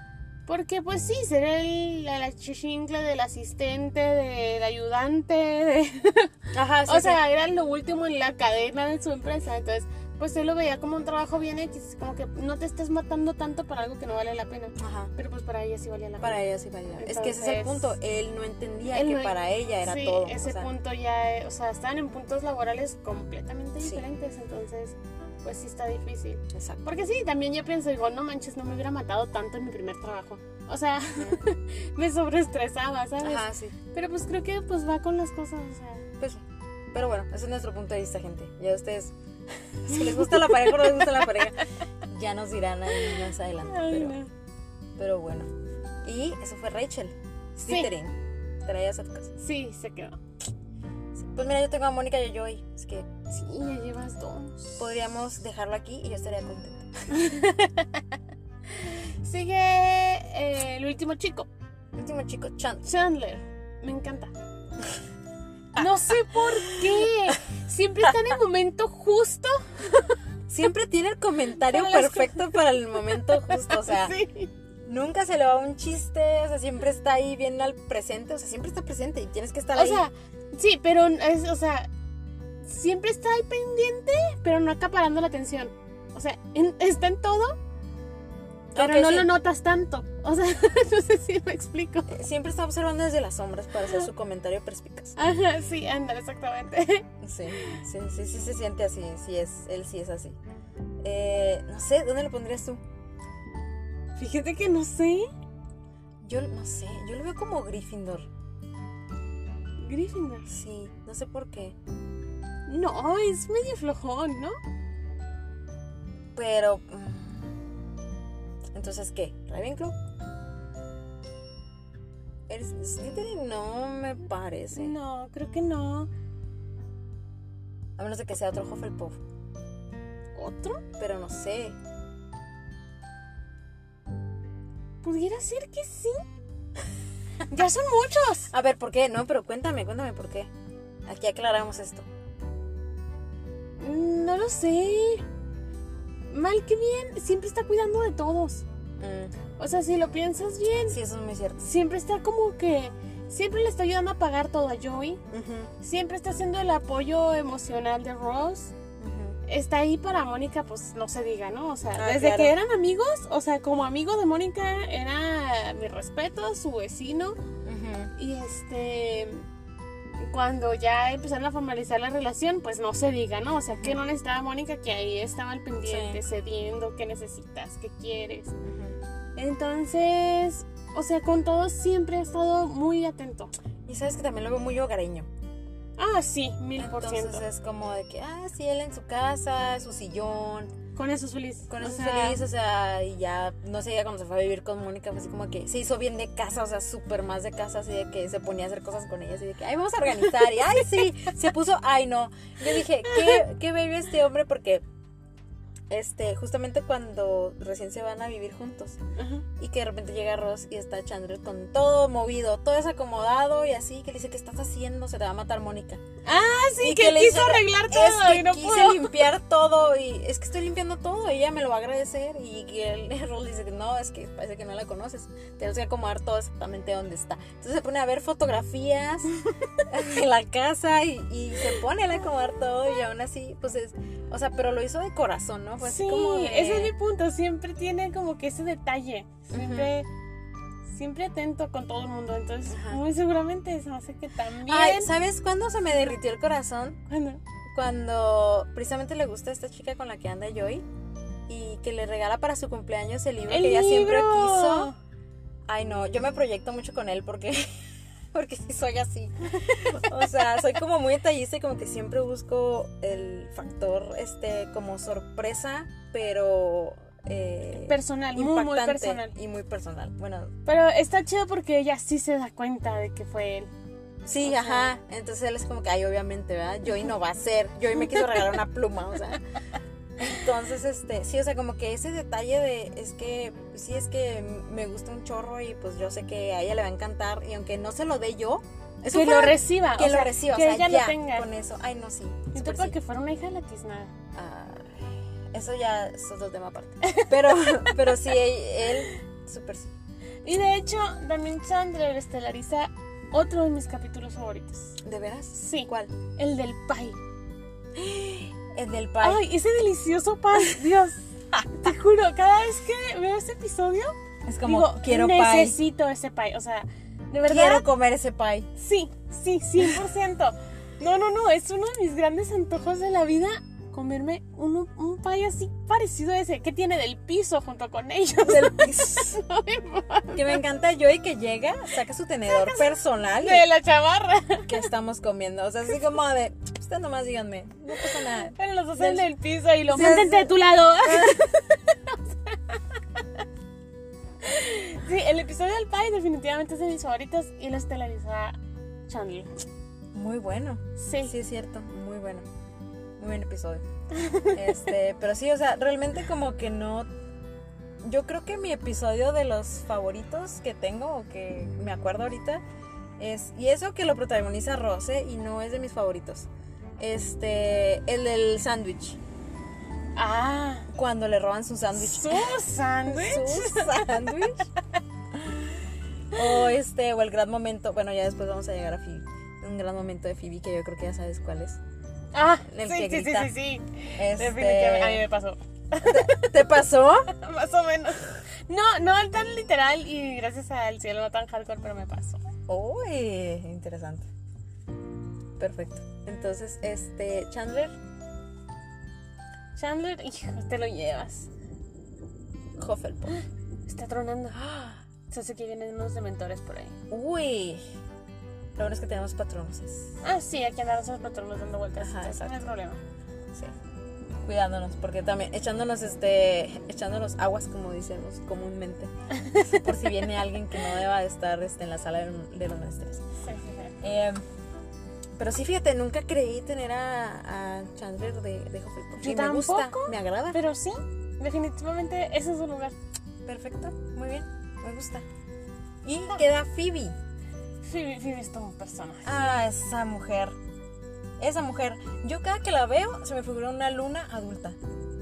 Porque pues sí, ser el, la, la chichincle del asistente, del ayudante, de... Ajá, sí, o sí. sea, era lo último en la cadena de su empresa. Entonces, pues él lo veía como un trabajo bien X, como que no te estés matando tanto para algo que no vale la pena. Ajá. Pero pues para ella sí valía la Para pena. ella sí valía. Entonces, es que ese es el punto. Él no entendía él que no- para ella era sí, todo. ese o sea, punto ya, eh, o sea, estaban en puntos laborales completamente Sí. diferentes. Entonces, pues sí está difícil. Exacto. Porque sí, también yo pienso, digo, no manches, no me hubiera matado tanto en mi primer trabajo. O sea, me sobreestresaba, ¿sabes? Ajá, sí. Pero pues creo que pues va con las cosas, o sea. Pues sí. Pero bueno, ese es nuestro punto de vista, gente. Ya ustedes, si les gusta la pareja o no les gusta la pareja, ya nos dirán ahí más adelante. Ay, pero, no. pero bueno. Y eso fue Rachel. Sí. Slytherin. Te la llevas a tu casa. Sí, se quedó. Sí. Pues mira, yo tengo a Mónica y a Joy. Es que Sí, ya llevas dos. podríamos dejarlo aquí y yo estaría contenta. Sigue eh, el último chico, El último chico, Chan. Chandler. Me encanta. No sé por qué. Siempre está en el momento justo. Siempre tiene el comentario Para las perfecto para el momento justo. O sea, Sí. nunca se le va un chiste. O sea, siempre está ahí bien al presente. O sea, siempre está presente y tienes que estar O ahí. sea, sí, pero es, o sea, siempre está ahí pendiente, pero no acaparando la atención. O sea, en- está en todo, pero Ok, no sí. lo notas tanto. O sea, no sé si me explico. Siempre está observando desde las sombras para hacer su comentario perspicaz. Ajá, sí, ándale, exactamente. Sí, sí, sí, sí se siente así. Sí es, él sí es así. Eh, no sé, ¿dónde lo pondrías tú? Fíjate que no sé. Yo no sé, yo lo veo como Gryffindor. Gryffindor. Sí, no sé por qué. No, es medio flojón, ¿no? Pero... mm, entonces, ¿qué? ¿Ravenclaw? ¿El Slytherin? No me parece. No, creo que no. A menos de que sea otro Hufflepuff. ¿Otro? Pero no sé. Pudiera ser que sí. Ya son muchos. A ver, ¿por qué? No, pero cuéntame, cuéntame por qué. Aquí aclaramos esto. No lo sé. Mal que bien, siempre está cuidando de todos. Mm, O sea, si lo piensas bien, sí, eso es muy cierto. siempre está como que... Siempre le está ayudando a pagar todo a Joey. Ujú, Siempre está haciendo el apoyo emocional de Ross. ujú. Está ahí para Mónica, pues no se diga, ¿no? O sea, Ah, desde claro. que eran amigos, o sea, como amigo de Mónica era mi respeto, su vecino. Ujú. Y este... Cuando ya empezaron a formalizar la relación, pues no se diga, ¿no? O sea, que no necesitaba Mónica, que ahí estaba al pendiente, Sí. cediendo, qué necesitas, qué quieres. Ujú. Entonces, o sea, con todos siempre ha estado muy atento. Y sabes que también lo veo muy hogareño. Ah, sí, mil por Entonces ciento. es como de que, ah, sí, él en su casa, su sillón, Con eso es feliz. con O eso es sea, feliz, o sea, y ya, no sé, ya cuando se fue a vivir con Mónica fue así como que se hizo bien de casa, o sea, súper más de casa, así de que se ponía a hacer cosas con ella, así de que, ay, vamos a organizar, y ay, sí, se puso, ay, no. Yo dije, qué, qué bello este hombre, porque, este, justamente cuando recién se van a vivir juntos, ajá. y que de repente llega Ross y está Chandler con todo movido, todo desacomodado, y así, que le dice, ¿qué estás haciendo? Se te va a matar Mónica. Ah, sí, Y que, que le quiso dice, arreglar Es todo que y no quise pudo. limpiar todo y es que estoy limpiando todo y ella me lo va a agradecer y que el Roll dice que no, es que parece que no la conoces, tenemos que acomodar todo exactamente donde está. Entonces se pone a ver fotografías en la casa y, y se pone a acomodar todo y aún así, pues es, o sea, pero lo hizo de corazón, ¿no? Fue así Sí, como de... ese es mi punto. Siempre tiene como que ese detalle. Siempre, siempre atento con todo el mundo. Entonces, Ajá. muy seguramente eso hace que también. Ay, ¿sabes cuándo se me derritió el corazón? Cuando- Cuando precisamente le gusta a esta chica con la que anda Joy y que le regala para su cumpleaños el libro ¡El que ella siempre libro! quiso. Ay, no, yo me proyecto mucho con él porque porque sí soy así. O sea, soy como muy detallista y como que siempre busco el factor este como sorpresa, pero eh, Personal, muy, muy impactante personal. y muy personal. Bueno, Pero está chido porque ella sí se da cuenta de que fue él. sí, O sea- ajá. Entonces él es como que, ay, obviamente, ¿verdad? Joy no va a ser. Joy me quiso regalar una pluma, o sea. Entonces, este, sí, o sea, como que ese detalle de, es que, pues, sí, es que me gusta un chorro y pues yo sé que a ella le va a encantar y aunque no se lo dé yo, eso que fue- lo reciba. que o lo sea, reciba, que o sea, ella ya, lo tenga. con eso. Ay, no, sí. Siento súper porque sí. fuera una hija de la tiznada. Ah, eso ya es otro tema aparte. Pero, pero sí, él, él súper sí. Y de hecho, también Chandler estelariza otro de mis capítulos favoritos. ¿De veras? Sí. ¿Cuál? El del pie. El del pie. Ay, ese delicioso pie, Dios. Te juro, cada vez que veo ese episodio, es como, digo, quiero pie. necesito ese pie. O sea, de verdad. Quiero comer ese pie. Sí, sí, cien por ciento. No, no, no, es uno de mis grandes antojos de la vida. Comerme un, un pie así parecido a ese que tiene del piso junto con ellos. Del piso. Que me encanta Joey que llega, saca su tenedor saca personal. De la chamarra. Que estamos comiendo. O sea, así como de, usted nomás díganme, no pasa nada. Pero los hacen del piso y lo sí, mantente sí. de tu lado. Sí, el episodio del pie definitivamente es de mis favoritos y lo estelariza Chandler. Muy bueno. Sí. Sí, es cierto, muy bueno. Muy buen episodio. Este, pero sí, o sea, realmente como que no. Yo creo que mi episodio de los favoritos que tengo, o que me acuerdo ahorita, es. Y eso que lo protagoniza Rose, y no es de mis favoritos. Este. El del sándwich. Ah. Cuando le roban su sándwich. ¿Su sándwich? Su sándwich. O este, o el gran momento. Bueno, ya después vamos a llegar a Phoebe. Un gran momento de Phoebe que yo creo que ya sabes cuál es. Ah, el sí, que sí, grita. sí, sí, sí. Este... Definitivamente. A mí me pasó. ¿Te, ¿Te pasó? Más o menos. No, no tan literal y gracias al cielo no tan hardcore, pero me pasó. Uy, interesante. Perfecto. Entonces, este, Chandler. Chandler, hijo, te lo llevas. Hufflepuff. Está tronando. Se hace que vienen unos dementores por ahí. Uy. Lo bueno es que tenemos patronos. Ah, sí, aquí andan esos patronos dando vueltas. Ajá, Entonces, no hay problema. Sí. Cuidándonos, porque también echándonos este, echándonos aguas, como decimos comúnmente. Por si viene alguien que no deba de estar este, en la sala de, de los maestros. Sí, sí, sí. Eh, pero sí, fíjate, nunca creí tener a, a Chandler de, de Hufflepuff. Yo Y me tampoco, gusta, me agrada. Pero sí, definitivamente ese es su lugar. Perfecto, muy bien, me gusta. Y queda Phoebe. Phoebe, Phoebe es todo un personaje. Ah, esa mujer. Esa mujer. Yo cada que la veo se me figura una Luna adulta.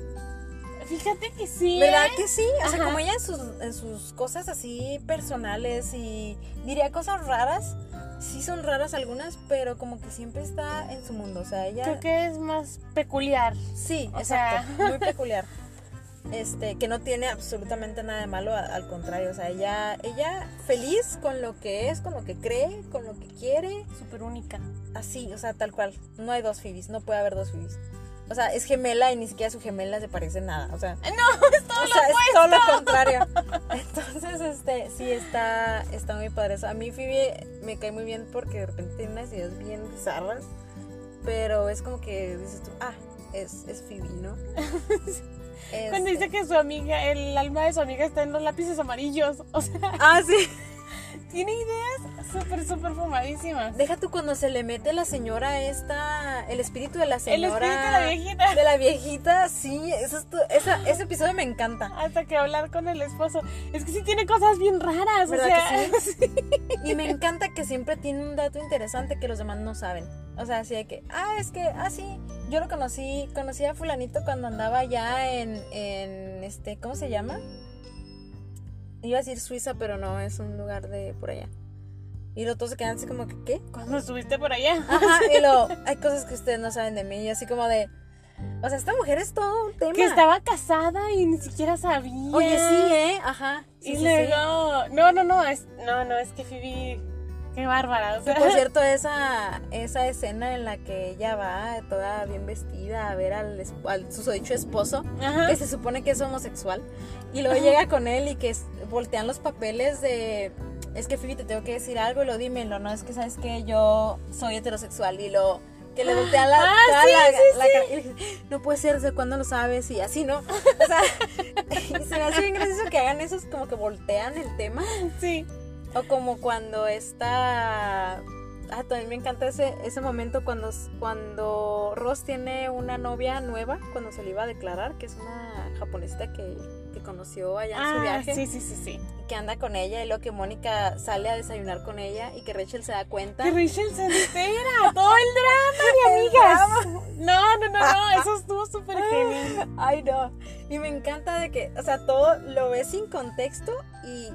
Fíjate que sí. ¿Verdad ¿eh? que sí? O sea, Ajá. como ella en sus, en sus cosas así personales y diría cosas raras. Sí son raras algunas, pero como que siempre está en su mundo. O sea, ella... Creo que es más peculiar. Sí, O exacto. sea. Muy peculiar. Este, que no tiene absolutamente nada de malo, a- al contrario. O sea, ella, ella feliz con lo que es, con lo que cree, con lo que quiere. Súper única. Así, o sea, tal cual. No hay dos Phoebes, no puede haber dos Phoebes. O sea, es gemela y ni siquiera su gemela se parece nada. O sea, No, es todo o lo sea, es opuesto. todo lo contrario. Entonces, este, sí está, está muy padre eso. A mí Phoebe me cae muy bien porque de repente tiene unas ideas bien bizarras. Pero es como que dices tú, ah, es, es Phoebe, ¿no? Cuando Este, dice que su amiga, el alma de su amiga está en los lápices amarillos. O sea, Ah, sí. tiene ideas súper, súper fumadísimas. Deja tú cuando se le mete la señora esta, el espíritu de la El señora. espíritu de la viejita. De la viejita, sí, eso es tu- esa- ese episodio me encanta. Hasta que hablar con el esposo. Es que sí tiene cosas bien raras. O ¿Verdad sea, que sí? Y me encanta que siempre tiene un dato interesante que los demás no saben. O sea, así de que, ah, es que, ah, sí, yo lo conocí, conocí a fulanito cuando andaba ya en, en, este, ¿cómo se llama? Iba a decir Suiza, pero no, es un lugar de por allá. Y los todos se quedan así como que, ¿qué? cuando estuviste por allá. Ajá, y lo, hay cosas que ustedes no saben de mí, y así como de, o sea, esta mujer es todo un tema. Que estaba casada y ni siquiera sabía. Oye, sí, ¿eh? Ajá. Sí, y sí, luego, no, no, no, es, no, no, es que Phoebe, qué bárbara. O sí. sea, Que por cierto, esa, esa escena en la que ella va toda bien vestida a ver al, es- al susodicho esposo, Ajá. que se supone que es homosexual, y luego llega con él y que es- voltean los papeles de, es que Phoebe, te tengo que decir algo, y lo dímelo, no es que sabes que yo soy heterosexual, y lo que le voltean la, Ah, toda sí, la, sí, la sí. cara, y le dije, no puede ser, ¿desde cuándo lo sabes? Y así, ¿no? O sea, y se me hace bien gracioso que hagan esos como que voltean el tema. Sí. O como cuando está... Ah, también me encanta ese, ese momento cuando, cuando Ross tiene una novia nueva, cuando se le iba a declarar, que es una japonesita que, que conoció allá en su Ah, viaje, sí, sí, sí, sí. y que anda con ella, y luego que Mónica sale a desayunar con ella, y que Rachel se da cuenta. Que Rachel se entera, todo el drama, mi amigas. No, no, no, no, eso estuvo súper genial. Ay, no. Y me encanta de que, o sea, todo lo ves sin contexto y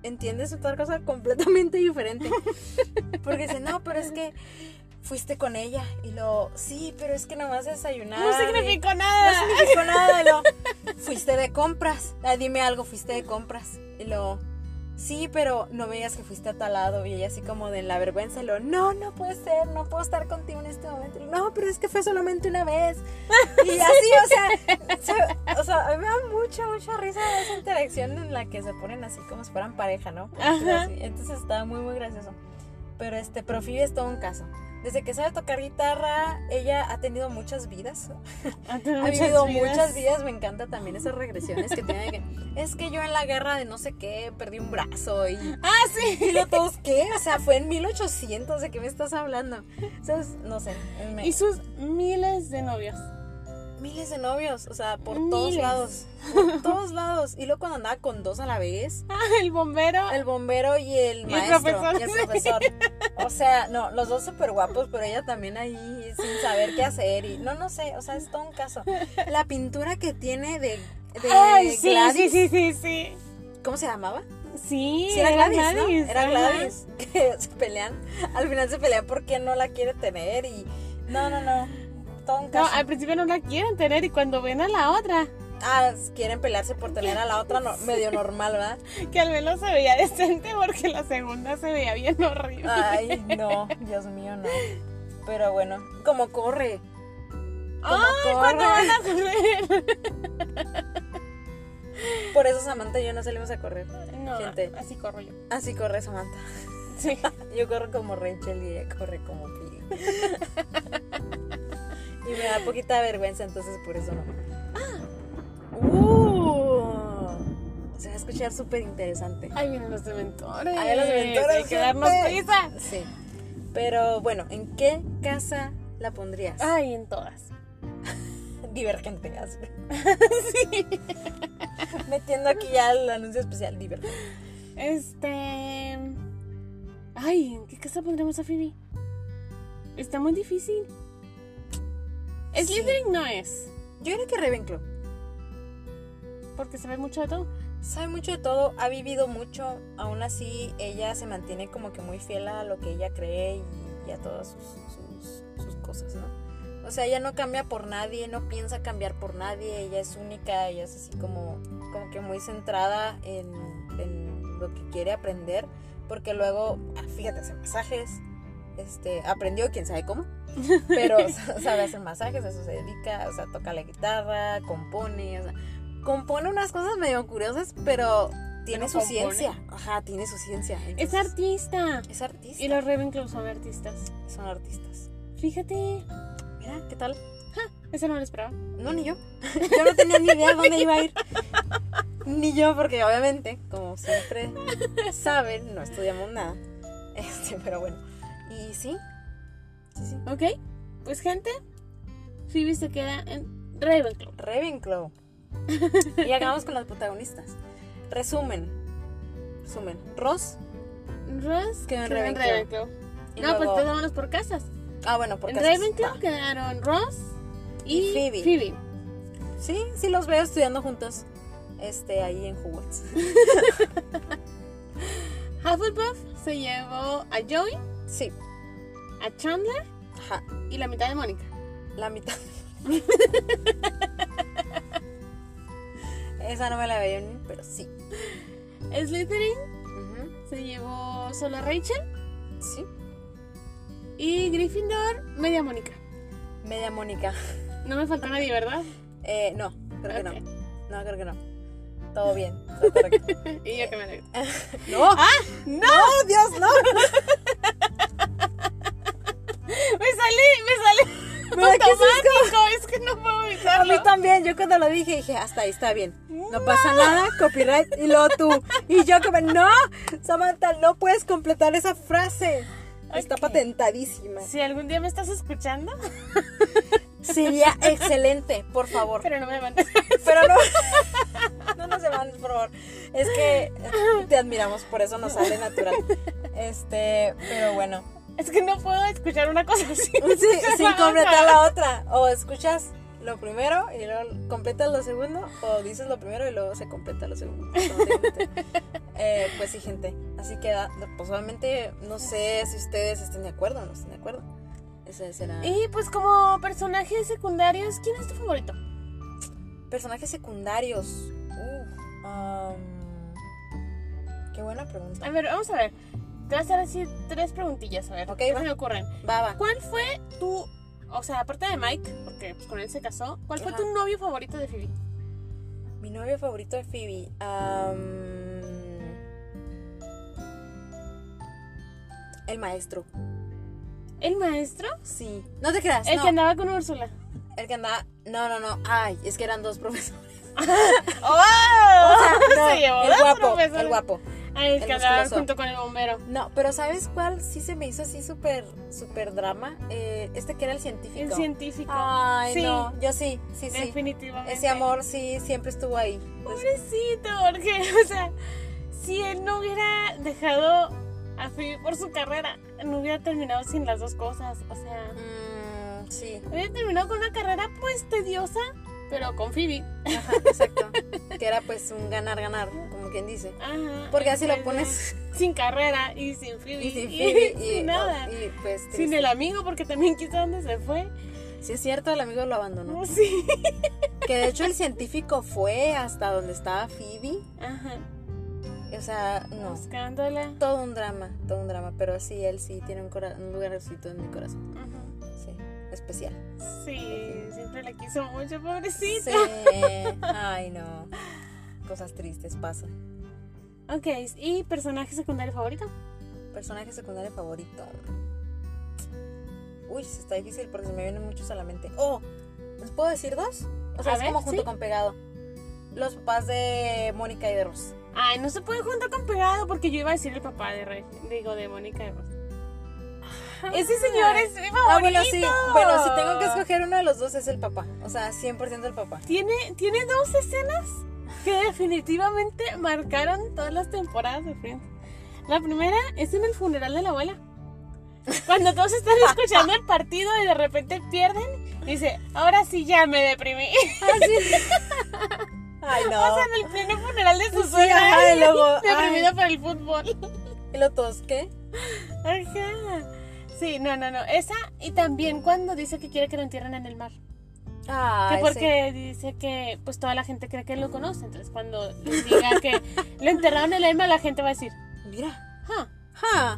entiendes otra cosa completamente diferente. Porque dice, no, pero es que fuiste con ella. Y lo, sí, pero es que nomás desayunar. No significó nada. No significó nada. Y lo, fuiste de compras. Ah, dime algo, fuiste de compras. Y lo, sí, pero no me digas que fuiste a tal lado. Y ella así como de la vergüenza. Y lo, no, no puede ser, no puedo estar contigo en este momento. Y lo, no, pero es que fue solamente una vez. Y así, o sea, se, o sea, a mí me da mucha, mucha risa esa interacción en la que se ponen así como si fueran pareja, ¿no? Ajá. Así. Entonces estaba muy, muy gracioso. Pero este, pero Phoebe es todo un caso. Desde que sabe tocar guitarra, ella ha tenido muchas vidas. Ha Ha vivido vidas. muchas vidas. Me encanta también esas regresiones que tiene. Que, es que yo en la guerra de no sé qué perdí un brazo y... Ah, sí. ¿Y lo todos qué? O sea, fue en mil ochocientos. ¿De qué me estás hablando? Entonces, no sé. Me... Y sus miles de novios. Miles de novios. O sea, por Miles. todos lados. Por todos lados. Y luego cuando andaba con dos a la vez. Ah, el bombero. El bombero y el Y el maestro. profesor. Y el profesor. O sea, no, los dos súper guapos, pero ella también ahí sin saber qué hacer. Y no, no sé, o sea, es todo un caso. La pintura que tiene de, de Ay, sí, Gladys. sí, sí, sí, sí. ¿Cómo se llamaba? Sí, Sí, era Gladys, ¿no? Gladys. Era Ajá. Gladys. Que se pelean. Al final se pelean porque no la quiere tener y... No, no, no. Todo un No, caso. al principio no la quieren tener y cuando ven a la otra, Ah, quieren pelearse por tener a la otra no, medio normal, ¿verdad? que al menos se veía decente porque la segunda se veía bien horrible. Ay, no, Dios mío, no. Pero bueno, como corre. Como Ay, corre. ¿cuándo van a correr? Por eso Samantha y yo no salimos a correr. No, Gente. así corro yo. Así corre Samantha. Sí. Yo corro como Rachel y ella corre como Phoebe. Y me da poquita vergüenza, entonces por eso no. ¡Uh! Se va a escuchar súper interesante. Ahí vienen los dementores. Ahí los dementores, Hay que darnos gente. prisa. Sí. Pero bueno, ¿en qué casa la pondrías? Ay, en todas. Divergente. Así. Sí. Metiendo aquí ya el anuncio especial, Divergente. Este. Ay, ¿en qué casa pondremos a Phoebe? Está muy difícil. Sí. Slytherin no es, Yo creo que Ravenclaw. porque sabe mucho de todo. Sabe mucho de todo, ha vivido mucho, aún así ella se mantiene como que muy fiel a lo que ella cree y, y a todas sus, sus, sus cosas, ¿no? O sea, ella no cambia por nadie, no piensa cambiar por nadie, ella es única, ella es así como, como que muy centrada en, en lo que quiere aprender, porque luego, fíjate, hace masajes, este, aprendió quién sabe cómo, pero sabe hacer masajes, a eso se dedica, o sea, toca la guitarra, compone, o sea, compone unas cosas medio curiosas, pero tiene Pero su compone. ciencia. Ajá, tiene su ciencia. Es Entonces, artista. es artista. Y los Ravenclaw son artistas. Son artistas. Fíjate. Mira, ¿qué tal? Eso no lo esperaba. No, ni yo. Yo no tenía ni idea dónde iba a ir. Ni yo, porque obviamente, como siempre saben, no estudiamos nada. Este, pero bueno. Y sí. Sí, sí. Ok. Pues, gente, Phoebe se queda en Ravenclaw. Ravenclaw. Y acabamos con las protagonistas. Resumen. Resumen. Ross. Ross Quedó en quedó en Ravenclaw. Ravenclaw. Y No, luego- pues entonces vámonos por casas. Ah, bueno, por En casas. Ravenclaw Va. quedaron Ross y, Y Phoebe. Phoebe. Sí, sí los veo estudiando juntos. Este, ahí en Hogwarts. Hufflepuff se llevó a Joey, Sí. a Chandler Ajá. y la mitad de Mónica. La mitad. Esa no me la veía ni, pero sí. Slytherin Ujú. se llevó solo a Rachel Sí. y Gryffindor media Mónica. Media Mónica. No me falta nadie, ¿verdad? Eh, no, creo que Ok. no. No, creo que no. Todo bien. Todo correcto. Y yo que me alegro. ¡No! ¡Ah! ¡No! ¡Dios, no! Me salí, me salí. ¿Pero qué es Automático, es que no puedo A evitarlo. mí también, yo cuando lo dije, dije, hasta ahí está bien. No pasa nada, copyright. Y luego tú. Y yo como, no, Samantha, no puedes completar esa frase. Está Ok. patentadísima. Si algún día me estás escuchando, Sería excelente, por favor. pero no me mandes. Pero no, no nos demandes, por favor. Es que te admiramos, por eso nos sale natural. Este, pero bueno. Es que no puedo escuchar una cosa así. Sí, sin completar la otra. O escuchas lo primero y luego completas lo segundo, o dices lo primero y luego se completa lo segundo. eh, pues sí, gente. Así que, pues obviamente, no sé si ustedes estén de acuerdo o no estén de acuerdo. Ese será. Y pues como personajes secundarios, ¿quién es tu favorito? Personajes secundarios. Uh, um, qué buena pregunta. A ver, vamos a ver. Te voy a hacer así tres preguntillas, a ver. Ok, ¿qué va. se me ocurren? Va, va. ¿Cuál fue tu, o sea, aparte de Mike, porque pues, con él se casó, ¿cuál fue Ajá. tu novio favorito de Phoebe? Mi novio favorito de Phoebe. Um, el maestro. ¿El maestro? Sí. No te creas. El no. que andaba con Úrsula. El que andaba. No, no, no. Ay, es que eran dos profesores. ¡Oh! O sea, no, Se llevó el dos guapo. profesores. El guapo. Ah, el, el que andaba musculoso. junto con el bombero. No, pero ¿sabes cuál? Sí se me hizo así súper, súper drama. Eh, este que era el científico. El científico. Ay, sí, no. Yo sí, sí, sí. definitivamente. Ese amor sí siempre estuvo ahí. Pues, Pobrecito, porque, o sea, si él no hubiera dejado a Phoebe por su carrera, no hubiera terminado sin las dos cosas. O sea, mm, sí. hubiera terminado con una carrera pues tediosa, pero con Phoebe. Ajá, exacto. Que era pues un ganar-ganar, como quien dice. Ajá. Porque así lo en vez pones. de- Sin carrera y sin Phoebe. Y sin Phoebe y y, sin nada. y, pues Sin triste. el amigo, porque también quiso dónde se fue. Sí es cierto, el amigo lo abandonó. Sí. Que de hecho el científico fue hasta donde estaba Phoebe. Ajá. O sea, no. Buscándola. Todo un drama, todo un drama. Pero sí, él sí tiene un, cora- un lugarcito en mi corazón. Ajá. Sí, especial. Sí, siempre la quiso mucho, pobrecita. Sí. Ay, no. Cosas tristes pasan. Ok, ¿y personaje secundario favorito? Personaje secundario favorito. Uy, está difícil porque se me vienen muchos a la mente. Oh, ¿les puedo decir dos? O sea, A es ver, como junto sí. con pegado. Los papás de Mónica y de Ross. Ay, no se puede juntar con pegado porque yo iba a decir el papá de Rey, digo, de Mónica de Ross. Ese señor es mi favorito. Ah, bueno, sí. Bueno, si tengo que escoger uno de los dos es el papá. O sea, cien por ciento el papá. Tiene, tiene dos escenas que definitivamente marcaron todas las temporadas de Friends. La primera es en el funeral de la abuela. Cuando todos están escuchando el partido y de repente pierden, dice, ahora sí ya me deprimí. Ay, no. O sea, en el pleno funeral de su Sí, suegra. ajá, y luego, deprimida ay. por el fútbol. ¿Y los dos qué? Ajá. Sí, no, no, no. Esa, y también cuando dice que quiere que lo entierren en el mar. Ay, Que porque dice que pues toda la gente cree que él lo conoce. Entonces cuando les diga que lo enterraron en el mar, la gente va a decir, sí. Mira. ah, Ja.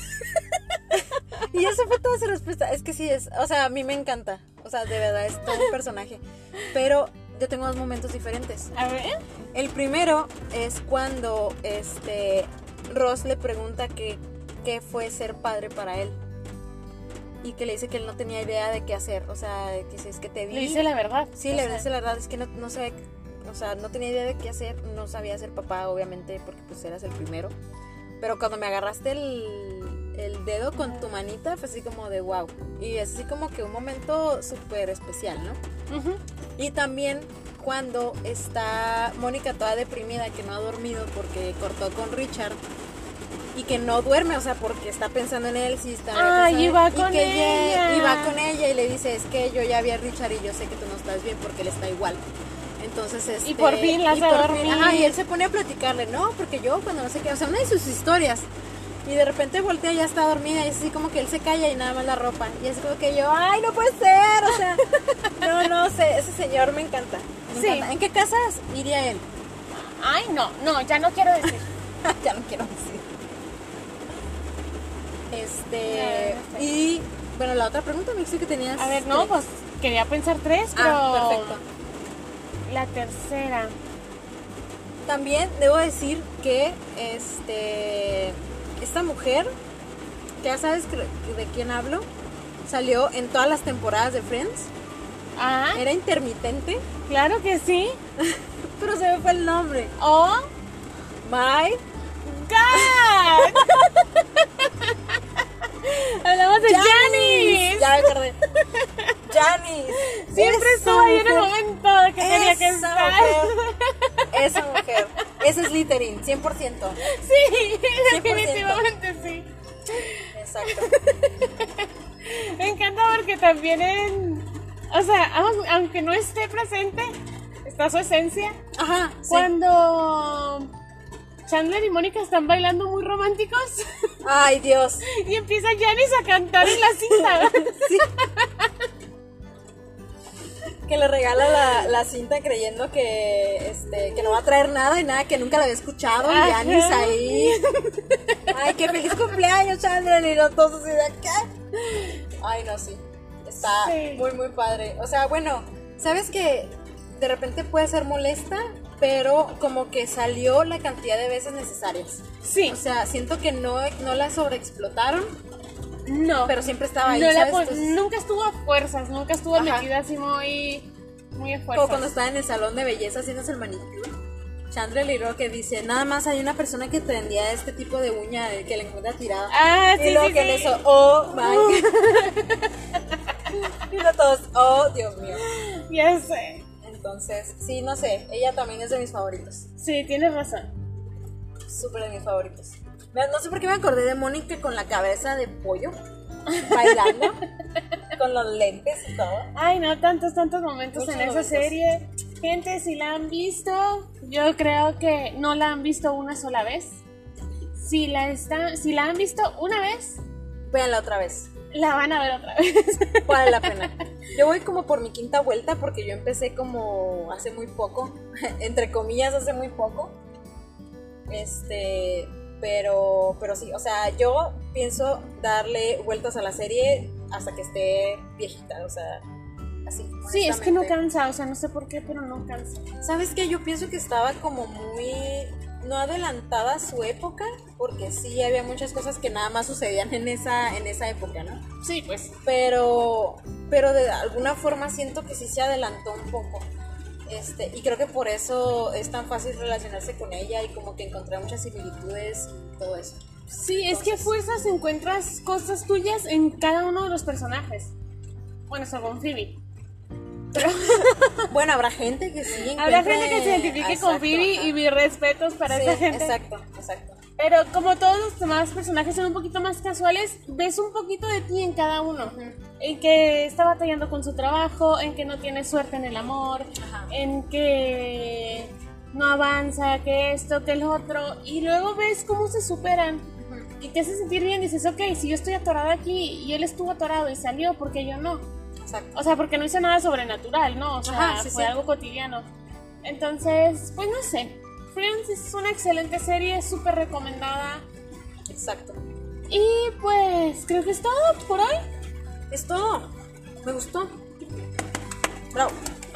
Y eso fue toda su respuesta. Es que sí es, o sea, a mí me encanta. O sea, de verdad es todo un personaje. Pero yo tengo dos momentos diferentes. a ver. El primero es cuando este Ross le pregunta que qué fue ser padre para él. Y que le dice que él no tenía idea de qué hacer. O sea, que si es que te vi. Le dice la verdad. Sí, O le sea, dice la verdad, es que no, no sabe, o sea, no tenía idea de qué hacer, no sabía ser papá, obviamente, porque pues eras el primero. Pero cuando me agarraste el, el dedo con tu manita, fue así como de wow. Y es así como que un momento súper especial, ¿no? ujú. Y también cuando está Mónica toda deprimida, que no ha dormido porque cortó con Richard. Y que no duerme, o sea, porque está pensando en él, sí está Ay, pensando- y va y con que ella. Y va con ella y le dice, es que yo ya vi a Richard y yo sé que tú no estás bien porque él está igual. Entonces, este... Y por fin la y hace por dormir. fin- ajá, y él se pone a platicarle, no, porque yo cuando no sé qué, o sea, una de sus historias. Y de repente voltea y ya está dormida y es así como que él se calla y nada más la ropa. Y es como que yo, ay, no puede ser, o sea, no, no sé, ese señor me encanta. Me Sí. encanta. ¿En qué casas iría él? Ay, no, no, ya no quiero decir. Ya no quiero decir. Este, Ya, ya sé. y bueno, la otra pregunta me dijiste que tenías. A ver, no, tres. pues quería pensar tres, pero Ah, perfecto. la tercera. También debo decir que este esta mujer, que ya sabes que- de quién hablo, salió en todas las temporadas de Friends. Ah, Era intermitente, claro que sí. pero se me fue el nombre. Oh, My God. Hablamos de Janice. Ya me acordé. Janice. Siempre Esa estuvo ahí en el mujer. momento que tenía que Esa estar. mujer. Esa mujer. Ese es Slytherin, cien por ciento. Sí, cien por ciento. definitivamente sí. Exacto. Me encanta porque también en, O sea, aunque no esté presente, está su esencia. Ajá, sí. Cuando Chandler y Mónica están bailando muy románticos. Ay, Dios. Y empieza Janice a cantar en la cinta. Sí. Que le regala la, la cinta creyendo que este que no va a traer nada y nada, que nunca la había escuchado. Y Janice ahí. Ay, qué feliz cumpleaños, Chandler. Y los dos así de ¿qué? Ay, no, sí. Está sí. muy, muy padre. O sea, bueno, ¿sabes que de repente puede ser molesta? Pero como que salió la cantidad de veces necesarias. Sí. O sea, siento que no, no la sobreexplotaron. No. Pero siempre estaba ahí, no ¿sabes? Entonces, nunca estuvo a fuerzas, nunca estuvo ajá. metida así muy, muy a fuerzas. Como cuando estaba en el salón de belleza haciéndose el manicure. Chandler Leroy que dice, nada más hay una persona que tendría este tipo de uña que le encuentra tirada. Ah, y sí, luego sí, que sí. le hizo, oh my y no todos, oh Dios mío. Ya sé. Entonces, sí, no sé, ella también es de mis favoritos. Sí, tienes razón. Súper de mis favoritos. No sé por qué me acordé de Mónica con la cabeza de pollo, bailando, con los lentes y todo. Ay, no, tantos, tantos momentos Muchos en esa momentos. serie. Gente, si la han visto, yo creo que no la han visto una sola vez. Si la, está, si la han visto una vez, véanla otra vez. La van a ver otra vez. Vale la pena. Yo voy como por mi quinta vuelta porque yo empecé como hace muy poco, entre comillas hace muy poco. Este, pero, pero sí, o sea, yo pienso darle vueltas a la serie hasta que esté viejita, o sea, así. Sí, es que no cansa, o sea, no sé por qué, pero no cansa. ¿Sabes qué? Yo pienso que estaba como muy, no adelantada a su época, porque sí había muchas cosas que nada más sucedían en esa, en esa época, ¿no? Sí, pues. Pero, pero de alguna forma siento que sí se adelantó un poco. Este, y creo que por eso es tan fácil relacionarse con ella y como que encontrar muchas similitudes y todo eso. Sí, Entonces, es que a fuerzas encuentras cosas tuyas en cada uno de los personajes. Bueno, salvo en Phoebe. Pero bueno, habrá gente que sí encuentre... Habrá gente que se identifique exacto, con Phoebe ajá. y mis respetos para sí, esa gente. Exacto, exacto. Pero como todos los demás personajes son un poquito más casuales, ves un poquito de ti en cada uno. Uh-huh. En que está batallando con su trabajo, en que no tiene suerte en el amor, ajá. en que no avanza, que esto, que el otro. Y luego ves cómo se superan. Uh-huh. Y te hace sentir bien. Dices, ok, si yo estoy atorada aquí y él estuvo atorado y salió, ¿por qué yo no? Exacto. O sea, porque no hice nada sobrenatural, ¿no? O sea, ajá, sí, fue sí. algo cotidiano. Entonces, pues no sé. Friends es una excelente serie, súper recomendada. Exacto. Y pues creo que es todo por hoy. Es todo. Me gustó. Bravo.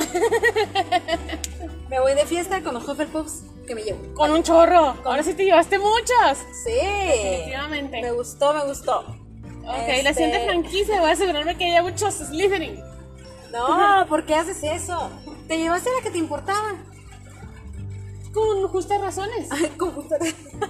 Me voy de fiesta con los Hufflepuffs que me llevo. Con un chorro. Con... Ahora sí te llevaste muchos. Sí. Definitivamente. Me gustó, me gustó. Ok, este... la siguiente franquicia voy a asegurarme que haya muchos Slytherin. No, ¿por qué haces eso? Te llevaste a la que te importaba. Con justas razones. Ay, con justas razones.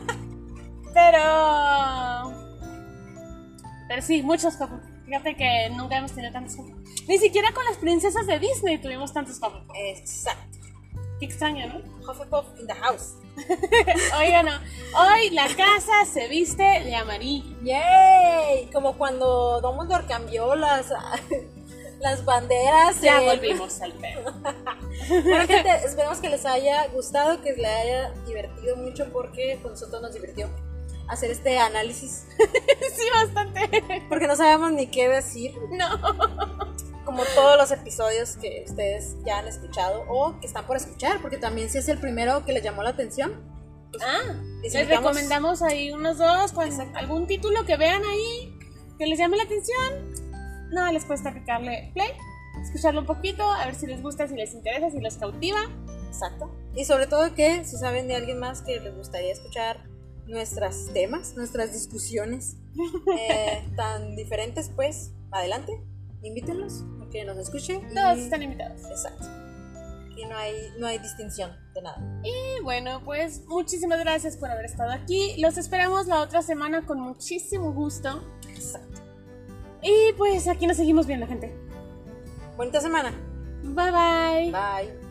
Pero... Pero sí, muchos Hufflepuff. Fíjate que nunca hemos tenido tantos Hufflepuff. Ni siquiera con las princesas de Disney tuvimos tantos Hufflepuff. Exacto. Qué extraño, ¿no? Hufflepuff in the house. Oigan, no. Hoy la casa se viste de amarillo. ¡Yay! Como cuando Dumbledore cambió las... las banderas. Ya eh. volvimos al pedo. Bueno, gente, esperemos que les haya gustado, que les haya divertido mucho, porque con nosotros nos divirtió hacer este análisis. Sí, bastante. Porque no sabemos ni qué decir. No. Como todos los episodios que ustedes ya han escuchado o que están por escuchar, porque también si es el primero que les llamó la atención. Pues, ah, les, les recomendamos ahí unos dos, con algún título que vean ahí, que les llame la atención. No les cuesta picarle play, escucharlo un poquito, a ver si les gusta, si les interesa, si les cautiva. Exacto. Y sobre todo que si saben de alguien más que les gustaría escuchar nuestros temas, nuestras discusiones eh, tan diferentes, pues adelante, invítenlos, que nos escuchen. Y... todos están invitados. Exacto. Y no hay, no hay distinción de nada. Y bueno, pues muchísimas gracias por haber estado aquí. Los esperamos la otra semana con muchísimo gusto. Exacto. Y pues aquí nos seguimos viendo, gente. Bonita semana. Bye bye. Bye.